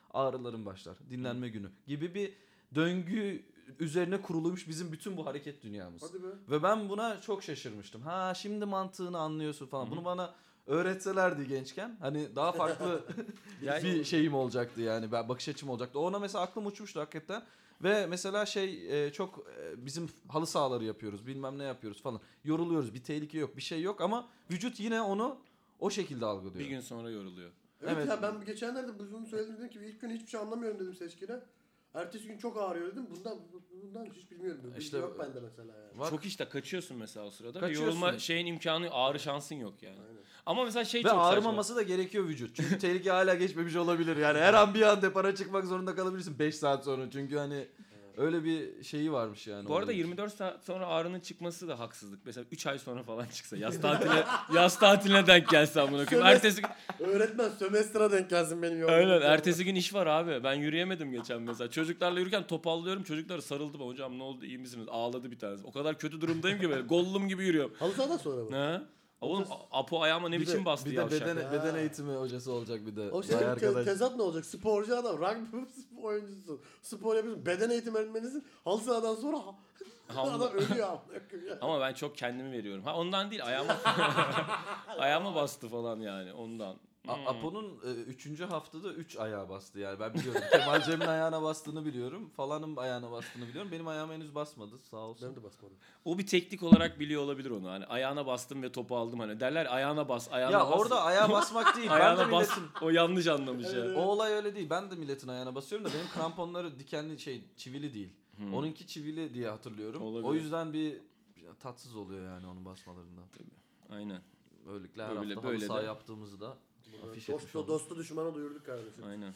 ağrıların başlar. Dinlenme günü gibi bir döngü üzerine kurulmuş bizim bütün bu hareket dünyamız. Hadi be. Ve ben buna çok şaşırmıştım. Ha şimdi mantığını anlıyorsun falan. Bunu bana öğretselerdi gençken hani daha farklı bir şeyim olacaktı yani. Bakış açım olacaktı. Ona mesela aklım uçmuştu hakikaten. Ve mesela çok bizim halı sahaları yapıyoruz, bilmem ne yapıyoruz falan. Yoruluyoruz, bir tehlike yok, bir şey yok ama vücut yine onu o şekilde algılıyor. Bir gün sonra yoruluyor. Evet, ya ben geçenlerde bunu söyledim, dedim ki ilk gün hiçbir şey anlamıyorum dedim Seçkin'e. Ertesi gün çok ağrıyor dedim. Bundan hiç bilmiyorum dedim. İşte, yok bende mesela yani. Çok işte kaçıyorsun mesela o sırada. Kaçıyorsun. Yorulma şeyin imkanı, ağrı şansın yok yani. Aynen. Ama mesela şey Ve çok saçma. ağrımaması da gerekiyor vücut. Çünkü tehlike hala geçmemiş olabilir. Yani her an bir an depara çıkmak zorunda kalabilirsin 5 saat sonra. Çünkü hani öyle bir şeyi varmış yani. Bu arada 24 saat sonra ağrının çıkması da haksızlık. Mesela 3 ay sonra falan çıksa yaz tatiline denk gelse amına koyayım. Ertesi gün Öğretmen sömestra denk gelsin benim yolum. Aynen ertesi gün iş var abi. Ben yürüyemedim geçen mesela. Çocuklarla yürürken topallıyorum. Çocuklar sarıldı bana. Hocam ne oldu iyi misiniz? Ağladı bir tanesi. O kadar kötü durumdayım ki böyle. Gollum gibi yürüyorum. Halı sahadan sonra mı? Ne? Oğlum Apo ayağıma ne biçim bastı bir de yavşak. beden eğitimi hocası olacak bir de. O şey Vay arkadaş. tezat ne olacak? Sporcu adam, rugby oyuncusu. Spor yapıyorsun. Beden eğitimi öğretmenisin. Halı sahadan sonra adam ölüyor. Ama ben çok kendimi veriyorum. Ha ondan değil ayağıma bastı falan yani ondan. Apo'nun 3. haftada 3 ayağa bastı yani ben biliyorum. Kemal Cem'in ayağına bastığını biliyorum. Falanın ayağına bastığını biliyorum. Benim ayağıma henüz basmadı sağ olsun. Ben de basmadım. O bir teknik olarak biliyor olabilir onu. Hani ayağına bastım ve topu aldım hani. Derler ayağına bas, ayağına Ya bas. orada ayağa basmak değil. Ben de Ayağına bas. milletin... O yanlış anlamış ya. O olay öyle değil. Ben de milletin ayağına basıyorum da benim kramponları dikenli çivili değil. Onunki çivili diye hatırlıyorum. Olabilir. O yüzden bir tatsız oluyor yani onun basmalarından. Aynen. Böylelikle her Böyle- hafta böyle halı saha de. yaptığımızı da afiş etmiş olduk. Dostu düşmanı duyurduk kardeşim. Aynen.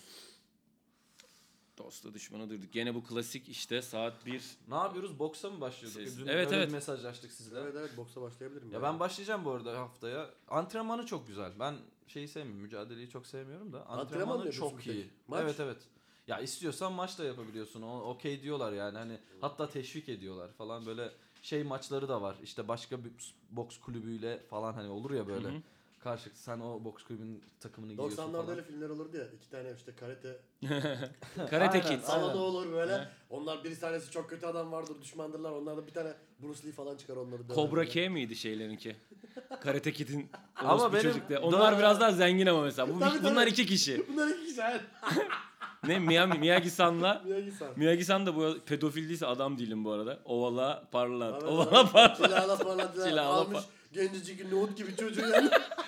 Dosta düşmana durduk. Gene bu klasik işte saat 1. Ne yapıyoruz? Boksa mı başlıyorduk? Dün Evet, öyle evet. bir mesajlaştık sizle. Evet boksa başlayabilirim. Ya ben başlayacağım bu arada haftaya. Antrenmanı çok güzel. Ben şeyi sevmiyorum. Mücadeleyi çok sevmiyorum da. Antrenman mı Antrenmanı yapıyorsun çok iyi. peki? Maç? Evet. Ya istiyorsan maç da yapabiliyorsun. Okey diyorlar yani. Hani hatta teşvik ediyorlar falan böyle maçları da var. İşte başka bir boks kulübüyle falan hani olur ya böyle. Karşılıklı sen o boks kulübünün takımını giyiyorsun 90'larda falan. öyle filmler olurdu ya. 2 tane işte karate Karate Aynen. Kid. salonu olur böyle. Onlar bir tanesi çok kötü adam vardır, düşmandırlar. Onlardan bir tane Bruce Lee falan çıkar onları döver. Cobra K miydi şeylerinki? Karate Kid'in Ama ama benim çocuklar. Onlar biraz daha zengin ama mesela. Tabii, Bunlar tabii. 2 kişi. Bunlar 2 kişi. Evet. Ne Miyagi-san'la Miyagi-san. Miyagi-san da bu pedofil değilse adam değilim bu arada. Ovala parlat. Evet, Ovala evet. parlat. Silahla parlat. Silahla Almış gencecik nohut gibi çocuğu yani.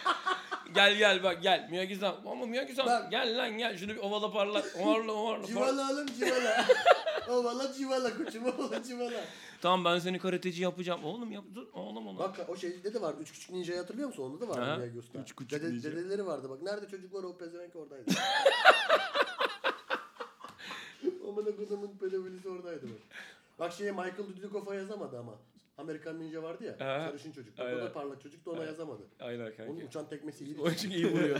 Gel bak gel Miyagi-san. Ama Miyagi-san Bak. gel lan gel şunu bir ovala parlat. Ovala. Civala alım civala. Ovala civala koçum ovala civala. Tamam ben seni karateci yapacağım. Oğlum yap dur. Oğlum ona. Bak o şeyde de var. 3 küçük ninja'yı hatırlıyor musun? Onda da var Aha, Miyagi Usta. 3 küçük ninja. Dedeleri vardı bak. Nerede çocuklar o pezevenk oradaydı. Amına kodumun pedofilisi oradaydı bak. Bak Michael Dudikoff'a yazamadı ama. Amerikan Ninja vardı ya. Aha. Sarışın çocuk. Bak, o Aynen. da parlak çocuk da ona yazamadı. Aynen kanka. Onun uçan tekmesi iyi. O çünkü iyi vuruyor.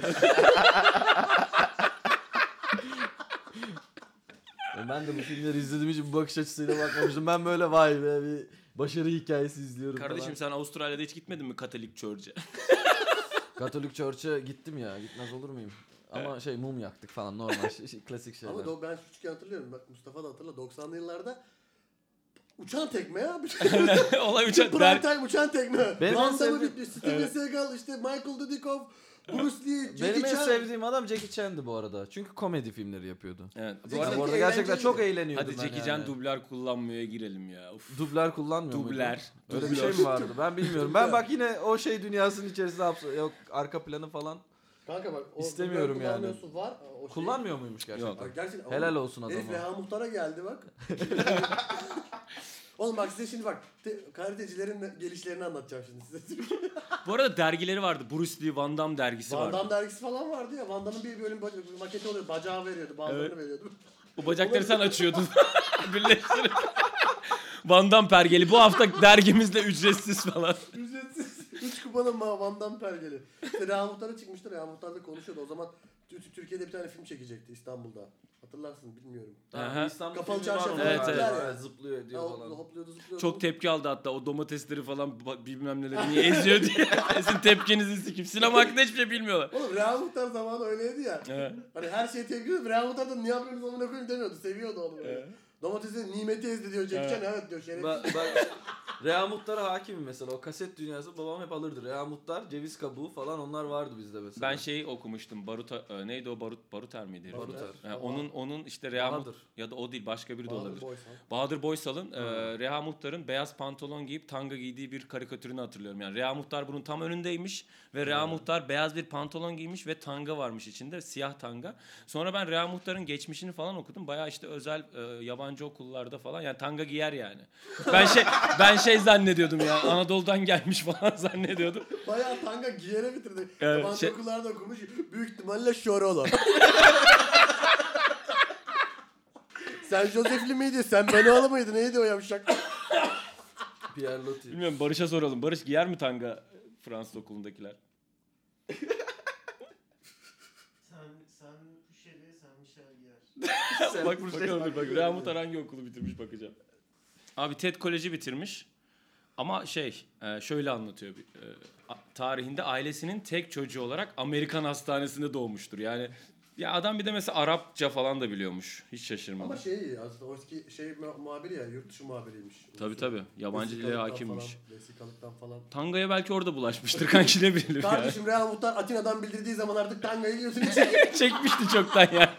Ben de bu filmleri izlediğim için bu bakış açısıyla bakmamıştım. Ben böyle vay be bir başarı hikayesi izliyorum Kardeşim falan. sen Avustralya'da hiç gitmedin mi Katolik Church'e? Katolik Church'e gittim ya. Gitmez olur muyum? Ama mum yaktık falan normal klasik şeyler. Ama ben küçükken hatırlıyorum. Bak Mustafa da hatırla. 90'lı yıllarda uçan tekme ya. Olay uçak. Prime time uçan tekme. Benim en Van Damme sevdiğim- bitti. Steven Seagal işte Michael Dudikoff, Bruce Lee, Jackie Benim en Chan. sevdiğim adam Jackie Chan'dı bu arada. Çünkü komedi filmleri yapıyordu. Evet. Jackie Bu Yani arada bu arada Chan gerçekten çok eğlenceliydi. eğleniyordum hadi ben Jackie Chan yani. dublör kullanmaya girelim ya. Uf. Dublör kullanmıyor muydu? Dubler. Öyle bir şey mi vardı? Ben bilmiyorum. Ben bak yine o dünyasının içerisinde yok arka planı falan. Kanka bak o İstemiyorum dublör yani. kullanmıyorsun, var. O şey- Kullanmıyor muymuş gerçekten? Yok. Bak gerçekten. Helal olsun adama. Herif Reha Muhtar'a geldi bak. Oğlum bak size şimdi bak karatecilerin gelişlerini anlatacağım şimdi size. Bu arada dergileri vardı. Bruce Lee Van Damme dergisi Van vardı. Damme dergisi falan vardı ya. Van Damme'ın bir bölüm maketi oluyor. Bacağı veriyordu, bazılarını Evet. veriyordu. O bacakları sen açıyordun. Birleştirip. Van Damme pergeli. Bu hafta dergimizde ücretsiz falan. Ücretsiz. 3 kupona Van Damme pergeli. İşte Reha Muhtar'a çıkmıştı. Reha Muhtar da konuşuyordu. O zaman Türkiye'de bir tane film çekecekti İstanbul'da. Hatırlarsın bilmiyorum. Aha. İstanbul Kapalı filmi var çarşı mı? Evet, Var, evet. var, zıplıyor ediyor falan. Hopluyordu zıplıyordu. Çok tepki aldı hatta o domatesleri falan bilmem neleri niye eziyor diye. Sizin tepkinizi sikip. Sinema hakkında hiçbir şey bilmiyorlar. Oğlum Real Muhtar zamanı öyleydi ya. Evet. Hani her şeye tepki veriyordu. Real Muhtar da niye yapıyorsunuz amına koyayım demiyordu. Seviyordu onu böyle. Evet. Domatesi nimeti ezdi diyor. Jackie Chan evet diyor. Şerefsiz. Ben Rea Muhtar'a hakimim mesela. O kaset dünyası babam hep alırdı. Rea Muhtar, ceviz kabuğu falan onlar vardı bizde mesela. Ben şeyi okumuştum. Neydi o? Baruter miydi? Baruter. Onun işte Reha Bahadır. ya da o değil başka biri de Bahadır olabilir. Boysan. Bahadır Boysal'ın Reha Muhtar'ın beyaz pantolon giyip tanga giydiği bir karikatürünü hatırlıyorum. Yani Reha Muhtar bunun tam önündeymiş ve Reha Muhtar beyaz bir pantolon giymiş ve tanga varmış içinde, siyah tanga. Sonra ben Reha Muhtar'ın geçmişini falan okudum. Bayağı işte özel yabancı okullarda falan yani tanga giyer yani. Ben şey zannediyordum ya. Anadolu'dan gelmiş falan zannediyordum. Bayağı tanga giyere bitirdi. Evet, Yabancı okullarda okumuş. Büyük ihtimalle Şorolo. Sen Joseph'li miydi? Sen Benoğlu muydu? Neydi o yavşak? Pierre Loti. Bilmiyorum Barış'a soralım. Barış giyer mi tanga Fransız okulundakiler? Sen Puşeli, sen Michel giyer. Bak bakalım bak. Reha Muhtar hangi okulu bitirmiş bakacağım. Abi TED Koleji bitirmiş. Ama şöyle anlatıyor. Tarihinde ailesinin tek çocuğu olarak Amerikan hastanesinde doğmuştur. Yani ya adam bir de mesela Arapça falan da biliyormuş. Hiç şaşırmadım. Ama aslında o eski muhabiri ya yurt dışı muhabiriymiş. Tabii. Yabancı dile hakimmiş. Vesikalıktan falan. Tanga'ya belki orada bulaşmıştır kanki ne bilir yani. Kardeşim Real Muhtar Atina'dan bildirdiği zaman artık tangayı giyiyorsun. Çekmişti çoktan ya.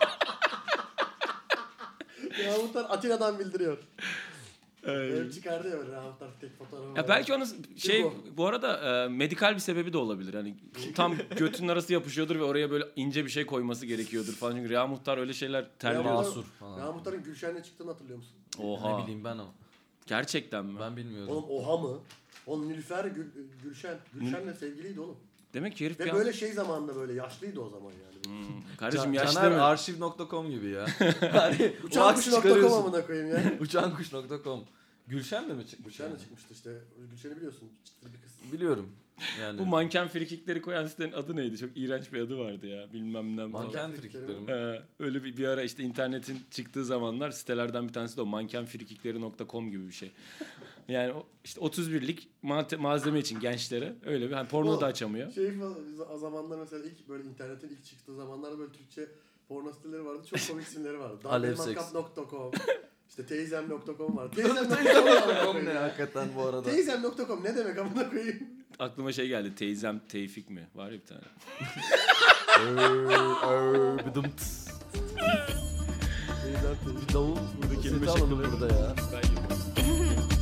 Real Muhtar Atina'dan bildiriyor. Böyle çıkardı ya Real Muhtar tek fotoğrafı. Ya belki onun bu? bu arada medikal bir sebebi de olabilir. Hani tam götünün arası yapışıyordur ve oraya böyle ince bir şey koyması gerekiyordur falan. Çünkü Reha Muhtar öyle şeyler terliyor. Masur falan. Real Muhtar'ın Gülşen'le çıktığını hatırlıyor musun? Oha. Ne bileyim ben o. Gerçekten mi? Ben bilmiyorum. Oğlum oha mı? Oğlum Nilüfer Gülşen. Gülşen'le sevgiliydi oğlum. Demek ki herif Ve böyle zamanında böyle yaşlıydı o zaman yani. Kardeşim yaşlı Caner mı? arşiv.com gibi ya. Hani Uçankuş.com amına koyayım ya. Uçankuş.com. Gülşen de mi çıkmış? Gülşen de yani? çıkmıştı işte. Gülşen'i biliyorsun. Çıtır bir kız. Biliyorum. Yani Bu manken frikikleri koyan sitenin adı neydi? Çok iğrenç bir adı vardı ya. Bilmem ne. manken frikiklerim. Öyle bir ara işte internetin çıktığı zamanlar sitelerden bir tanesi de o mankenfrikikleri.com gibi bir şey. Yani işte 31'lik malzeme için gençlere öyle bir hani porno da açamıyor. O zamanlar mesela ilk böyle internetin ilk çıktığı zamanlarda böyle Türkçe porno siteleri vardı. Çok komik isimleri vardı. Dalgamatkap.com İşte teyzem.com var. Teyzem.com ne hakikaten bu arada? Teyzem.com ne demek amına koyayım? Aklıma geldi. Teyzem Tevfik mi? Var ya bir tane. Bir davul Burada kelime seti alalım şakaları. burada ya. Ben yapayım.